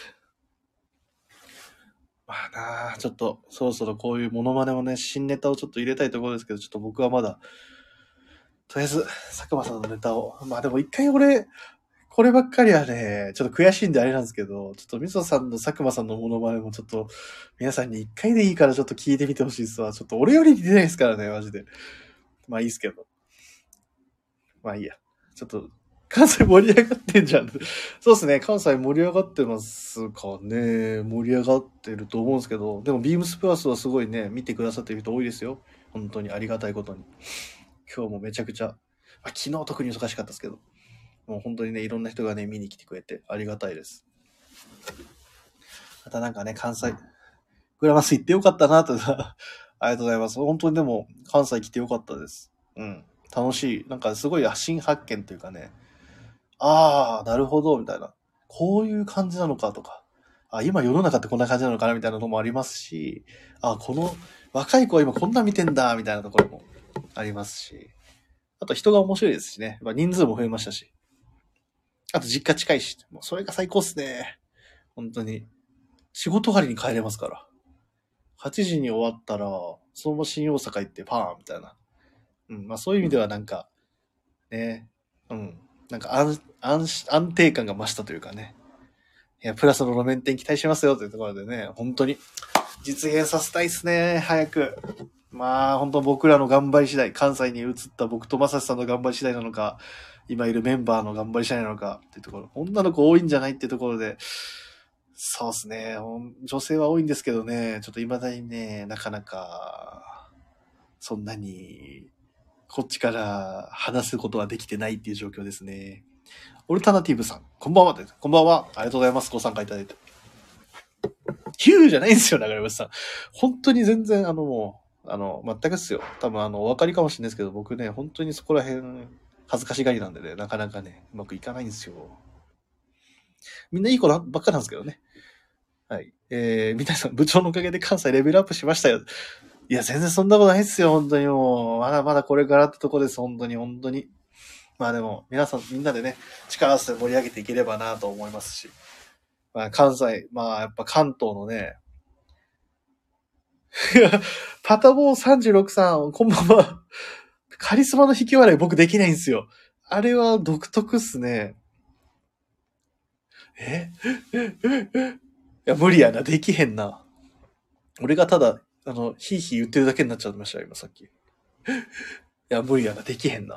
まあなあ、ちょっと、そろそろこういうモノマネもね、新ネタをちょっと入れたいところですけど、ちょっと僕はまだ、とりあえず、佐久間さんのネタを。まあでも一回俺、こればっかりはね、ちょっと悔しいんであれなんですけど、ちょっとみそさんの佐久間さんのモノマネもちょっと、皆さんに一回でいいからちょっと聞いてみてほしいですわ。ちょっと俺より似てないですからね、マジで。まあいいですけど。まあいいや。ちょっと、関西盛り上がってんじゃん。そうですね。関西盛り上がってますかね。盛り上がってると思うんですけど、でもビームスプラスはすごいね、見てくださってる人多いですよ。本当にありがたいことに。今日もめちゃくちゃ、まあ、昨日特に忙しかったですけど、もう本当にね、いろんな人がね、見に来てくれてありがたいです。またなんかね、関西、グラマス行ってよかったなと、ありがとうございます。本当にでも、関西来てよかったです。うん。楽しい。なんかすごい新発見というかね、ああ、なるほど、みたいな。こういう感じなのかとか。あ、今世の中ってこんな感じなのかなみたいなのもありますし、あ、この若い子は今こんな見てんだ、みたいなところもありますし。あと人が面白いですしね。人数も増えましたし。あと実家近いし。もうそれが最高っすね。本当に。仕事終わりに帰れますから。はちじに終わったら、そのまま新大阪行ってパーンみたいな。うん、まあそういう意味ではなんか、ね、うん。なんか安、安、安定感が増したというかね。いや、プラスの路面店期待しますよというところでね、本当に実現させたいっすね、早く。まあ、本当僕らの頑張り次第、関西に移った僕と正志さんの頑張り次第なのか、今いるメンバーの頑張り次第なのかっていうところ、女の子多いんじゃないっていうところで、 そうですね。女性は多いんですけどね、ちょっと未だにね、なかなか、そんなに、こっちから話すことはできてないっていう状況ですね。オルタナティブさん、こんばんは。こんばんは。ありがとうございます。ご参加いただいて。ヒューじゃないんですよ、流山さん。本当に全然、あの、もう、あの、全くっすよ。多分、あの、お分かりかもしれないですけど、僕ね、本当にそこら辺、恥ずかしがりなんでね、なかなかね、うまくいかないんですよ。みんないい子ばっかなんですけどね。はい。えー、三谷さん、部長のおかげで関西レベルアップしましたよ。いや、全然そんなことないっすよ、本当にもう。まだまだこれからってとこです、本当に、本当に。まあでも、皆さん、みんなでね、力合わせて盛り上げていければなと思いますし。まあ、関西、まあ、やっぱ関東のね、パタボーさんじゅうろくさん、こんばんは。カリスマの引き笑い僕できないんですよ。あれは独特っすね。えいや、無理やな。できへんな。俺がただ、あの、ヒーヒー言ってるだけになっちゃいましたよ、今さっき。いや、無理やな。できへんな。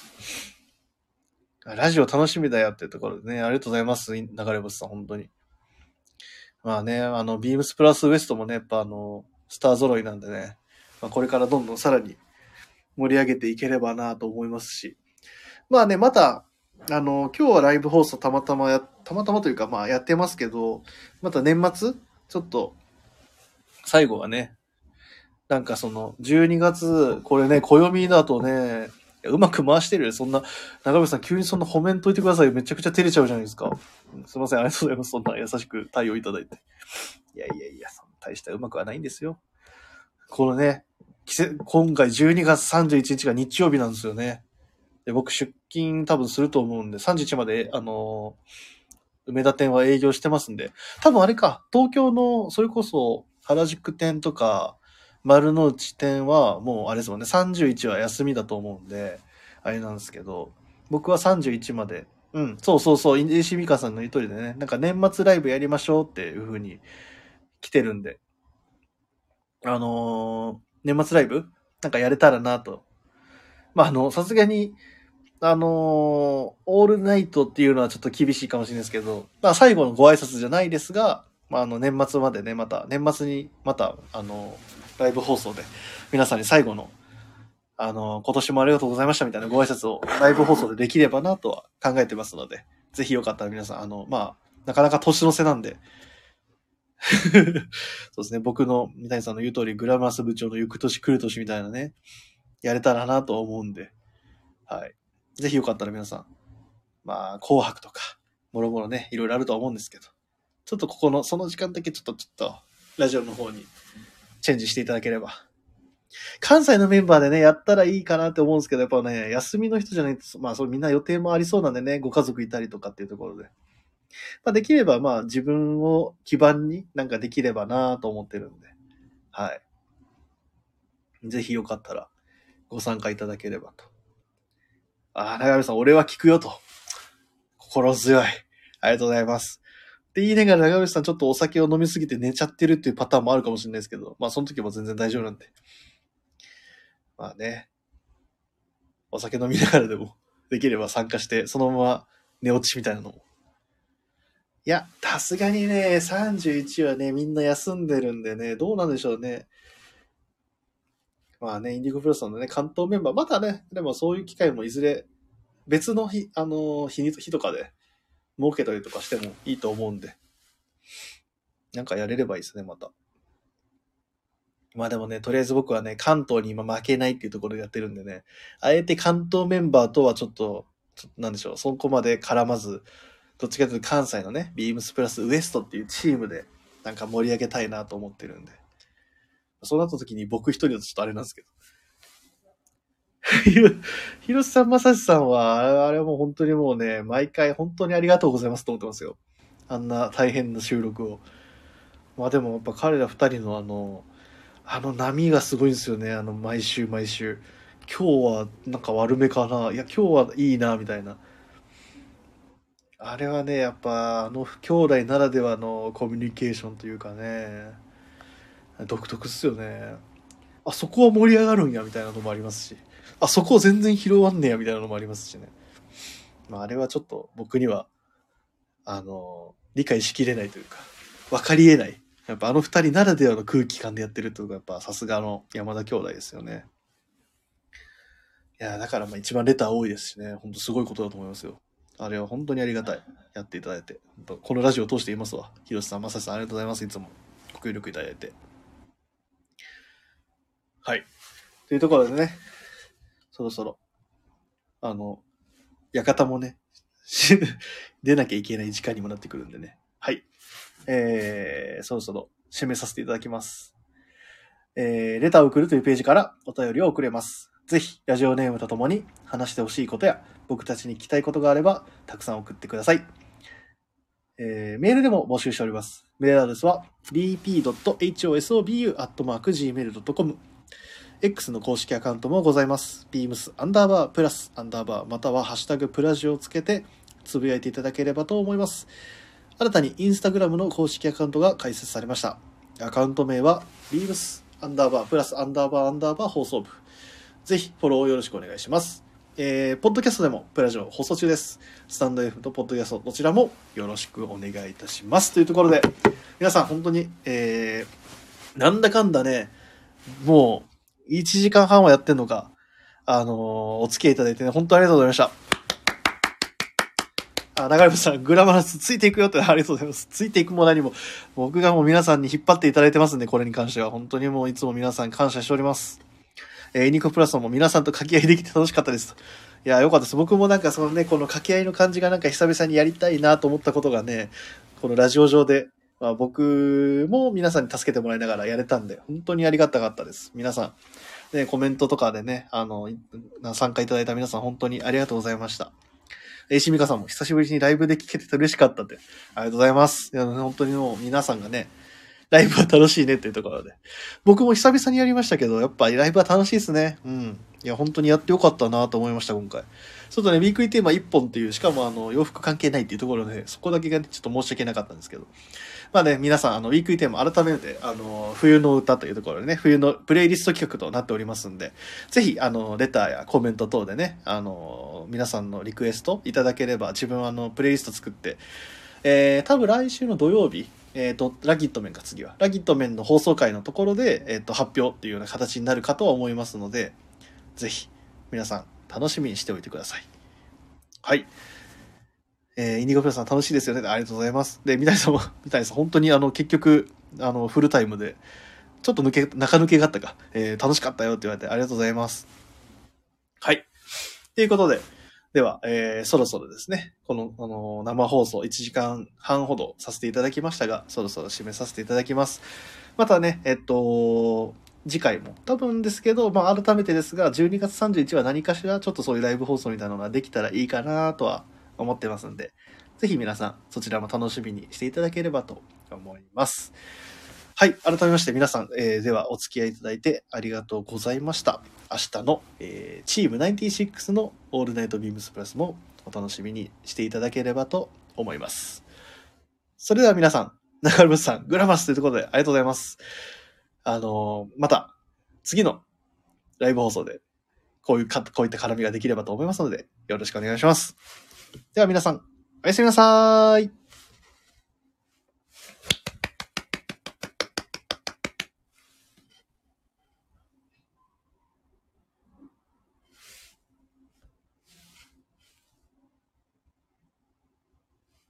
ラジオ楽しみだよっていうところでね、ありがとうございます。流れ星さん、本当に。まあね、あの、ビームスプラスウエストもね、やっぱあの、スター揃いなんでね、まあ、これからどんどんさらに盛り上げていければなと思いますし。まあね、また、あの、今日はライブ放送たまたまや、たまたまというか、まあやってますけど、また年末、ちょっと、最後はね、なんかその、じゅうにがつ、これね、暦だとね、うまく回してるよ。そんな、長渕さん急にそんな褒めんといてください。めちゃくちゃ照れちゃうじゃないですか。すいません、ありがとうございます。そんな優しく対応いただいて。いやいやいや、そんな大したうまくはないんですよ。このね、今回じゅうにがつさんじゅういちにちが日曜日なんですよね。で、僕出勤多分すると思うんで、さんじゅういちまで、あのー、梅田店は営業してますんで、多分あれか、東京の、それこそ原宿店とか、丸の内店はもうあれですもんね、さんじゅういちは休みだと思うんで、あれなんですけど、僕はさんじゅういちまで、うん、そうそうそう、エーシー ミカさんの言う通りでね、なんか年末ライブやりましょうっていう風に来てるんで、あのー、年末ライブなんかやれたらなと。まあ、あの、さすがに、あのー、オールナイトっていうのはちょっと厳しいかもしれないですけど、まあ最後のご挨拶じゃないですが、まああの年末までね、また、年末にまた、あのー、ライブ放送で皆さんに最後の、あのー、今年もありがとうございましたみたいなご挨拶をライブ放送でできればなとは考えてますので、ぜひよかったら皆さん、あの、まあ、なかなか年の瀬なんで、そうですね、僕の三谷さんの言う通り、グラマラス部長の行く年来る年みたいなね、やれたらなと思うんで、はい。ぜひよかったら皆さん、まあ、紅白とか、もろもろね、いろいろあるとは思うんですけど、ちょっとここの、その時間だけちょっと、ちょっと、ラジオの方にチェンジしていただければ。関西のメンバーでね、やったらいいかなって思うんですけど、やっぱね、休みの人じゃないと、まあ、そうみんな予定もありそうなんでね、ご家族いたりとかっていうところで。まあ、できれば、まあ、自分を基盤になんかできればなと思ってるんで、はい。ぜひよかったら、ご参加いただければと。ああ、長山さん、俺は聞くよと。心強い。ありがとうございます。って言いながら長渕さんちょっとお酒を飲みすぎて寝ちゃってるっていうパターンもあるかもしれないですけど、まあその時も全然大丈夫なんで。まあね、お酒飲みながらでもできれば参加して、そのまま寝落ちみたいなのも。いや、さすがにね、さんじゅういちはね、みんな休んでるんでね、どうなんでしょうね。まあね、インディゴプロスのね、関東メンバー、またね、でもそういう機会もいずれ別の日、あの日に、日とかで設けたりとかしてもいいと思うんで、なんかやれればいいですね、また。まあでもね、とりあえず僕はね、関東に今負けないっていうところでやってるんでね、あえて関東メンバーとはちょっと、ちょっとなんでしょう、そこまで絡まず、どっちかというと関西のね、ビームスプラスウエストっていうチームで、なんか盛り上げたいなと思ってるんで。そうなった時に僕一人だとちょっとあれなんですけど。ひろしさん、まさしさんは、あれはもう本当にもうね、毎回本当にありがとうございますと思ってますよ。あんな大変な収録を。まあでもやっぱ彼ら二人のあの、あの波がすごいんですよね。あの、毎週毎週。今日はなんか悪めかな。いや、今日はいいな、みたいな。あれはね、やっぱ、あの兄弟ならではのコミュニケーションというかね、独特っすよね。あ、そこは盛り上がるんや、みたいなのもありますし。あ、そこ全然拾わんねや、みたいなのもありますしね。まあ、あれはちょっと僕には、あの、理解しきれないというか。 わかり得ない。やっぱあの二人ならではの空気感でやってるってことがやっぱさすがの山田兄弟ですよね。いや、だからまあ一番レター多いですしね。ほんとすごいことだと思いますよ。あれは本当にありがたい。やっていただいて。このラジオを通して言いますわ。広瀬さん、まさしさんありがとうございます。いつもご協力いただいて。はい。というところでね、そろそろ、あの、館もね、出なきゃいけない時間にもなってくるんでね。はい。えー、そろそろ締めさせていただきます。えー、レターを送るというページからお便りを送れます。ぜひ、ラジオネームとともに話してほしいことや、僕たちに聞きたいことがあれば、たくさん送ってください。えー、メールでも募集しております。メールアドレスは ビーピードットホソビューアットマークジーメールドットコム。X の公式アカウントもございます。beams アンダーバープラスアンダーバーまたはハッシュタグプラジオをつけてつぶやいていただければと思います。新たにインスタグラムの公式アカウントが開設されました。アカウント名は beams アンダーバープラスアンダーバーアンダーバー放送部。ぜひフォローよろしくお願いします。えー、ポッドキャストでもプラジオ放送中です。スタンド F とポッドキャストどちらもよろしくお願いいたします。というところで、皆さん本当に、えー、なんだかんだね、もういちじかんはんはやってんのか、あのー、お付き合いいただいてね、本当にありがとうございました。あ、流山さん、グラマラスついていくよってありがとうございます。ついていくも何も、僕がもう皆さんに引っ張っていただいてますんで、これに関しては。本当にもういつも皆さん感謝しております。えー、イニコプラスも皆さんと掛け合いできて楽しかったです。いや、よかったです。僕もなんかそのね、この掛け合いの感じがなんか久々にやりたいなと思ったことがね、このラジオ上で、まあ、僕も皆さんに助けてもらいながらやれたんで、本当にありがたかったです。皆さん、ね、コメントとかでね、あの、参加いただいた皆さん本当にありがとうございました。石美香さんも久しぶりにライブで聴けてて嬉しかったって。ありがとうございます。いや、本当にもう皆さんがね、ライブは楽しいねっていうところで。僕も久々にやりましたけど、やっぱりライブは楽しいですね。うん。いや、本当にやってよかったなと思いました、今回。ちょっとね、ウィークリーテーマいっぽんっていう、しかもあの、洋服関係ないっていうところで、そこだけが、ね、ちょっと申し訳なかったんですけど。まあね、皆さん、あの、ウィークリーテーマ改めて、あの、冬の歌というところでね、冬のプレイリスト企画となっておりますんで、ぜひ、あの、レターやコメント等でね、あの、皆さんのリクエストいただければ、自分はあの、プレイリスト作って、えー、多分来週の土曜日、えっ、ー、と、ラギットメンか次は。ラギットメンの放送回のところで、えっ、ー、と、発表っていうような形になるかとは思いますので、ぜひ、皆さん、楽しみにしておいてください。はい。えー、インディゴプラさん楽しいですよね。ありがとうございます。で、三谷さんも、三谷さん、本当にあの、結局、あの、フルタイムで、ちょっと抜け、中抜けがあったか、えー、楽しかったよって言われてありがとうございます。はい。ということで、では、えー、そろそろですね、この、あのー、生放送いちじかんはんほどさせていただきましたが、そろそろ締めさせていただきます。またね、えっと、次回も多分ですけど、まあ、改めてですが、じゅうにがつさんじゅういちは何かしらちょっとそういうライブ放送みたいなのができたらいいかなとは思ってますんで、ぜひ皆さんそちらも楽しみにしていただければと思います。はい。改めまして皆さん、えー、ではお付き合いいただいてありがとうございました。明日の、えー、チームナインティシックスのオールナイトビームスプラスもお楽しみにしていただければと思います。それでは皆さん、中村さん、グラマスというところでありがとうございます。あのー、また次のライブ放送でこういうか、こういった絡みができればと思いますので、よろしくお願いします。では皆さん、おやすみなさーい。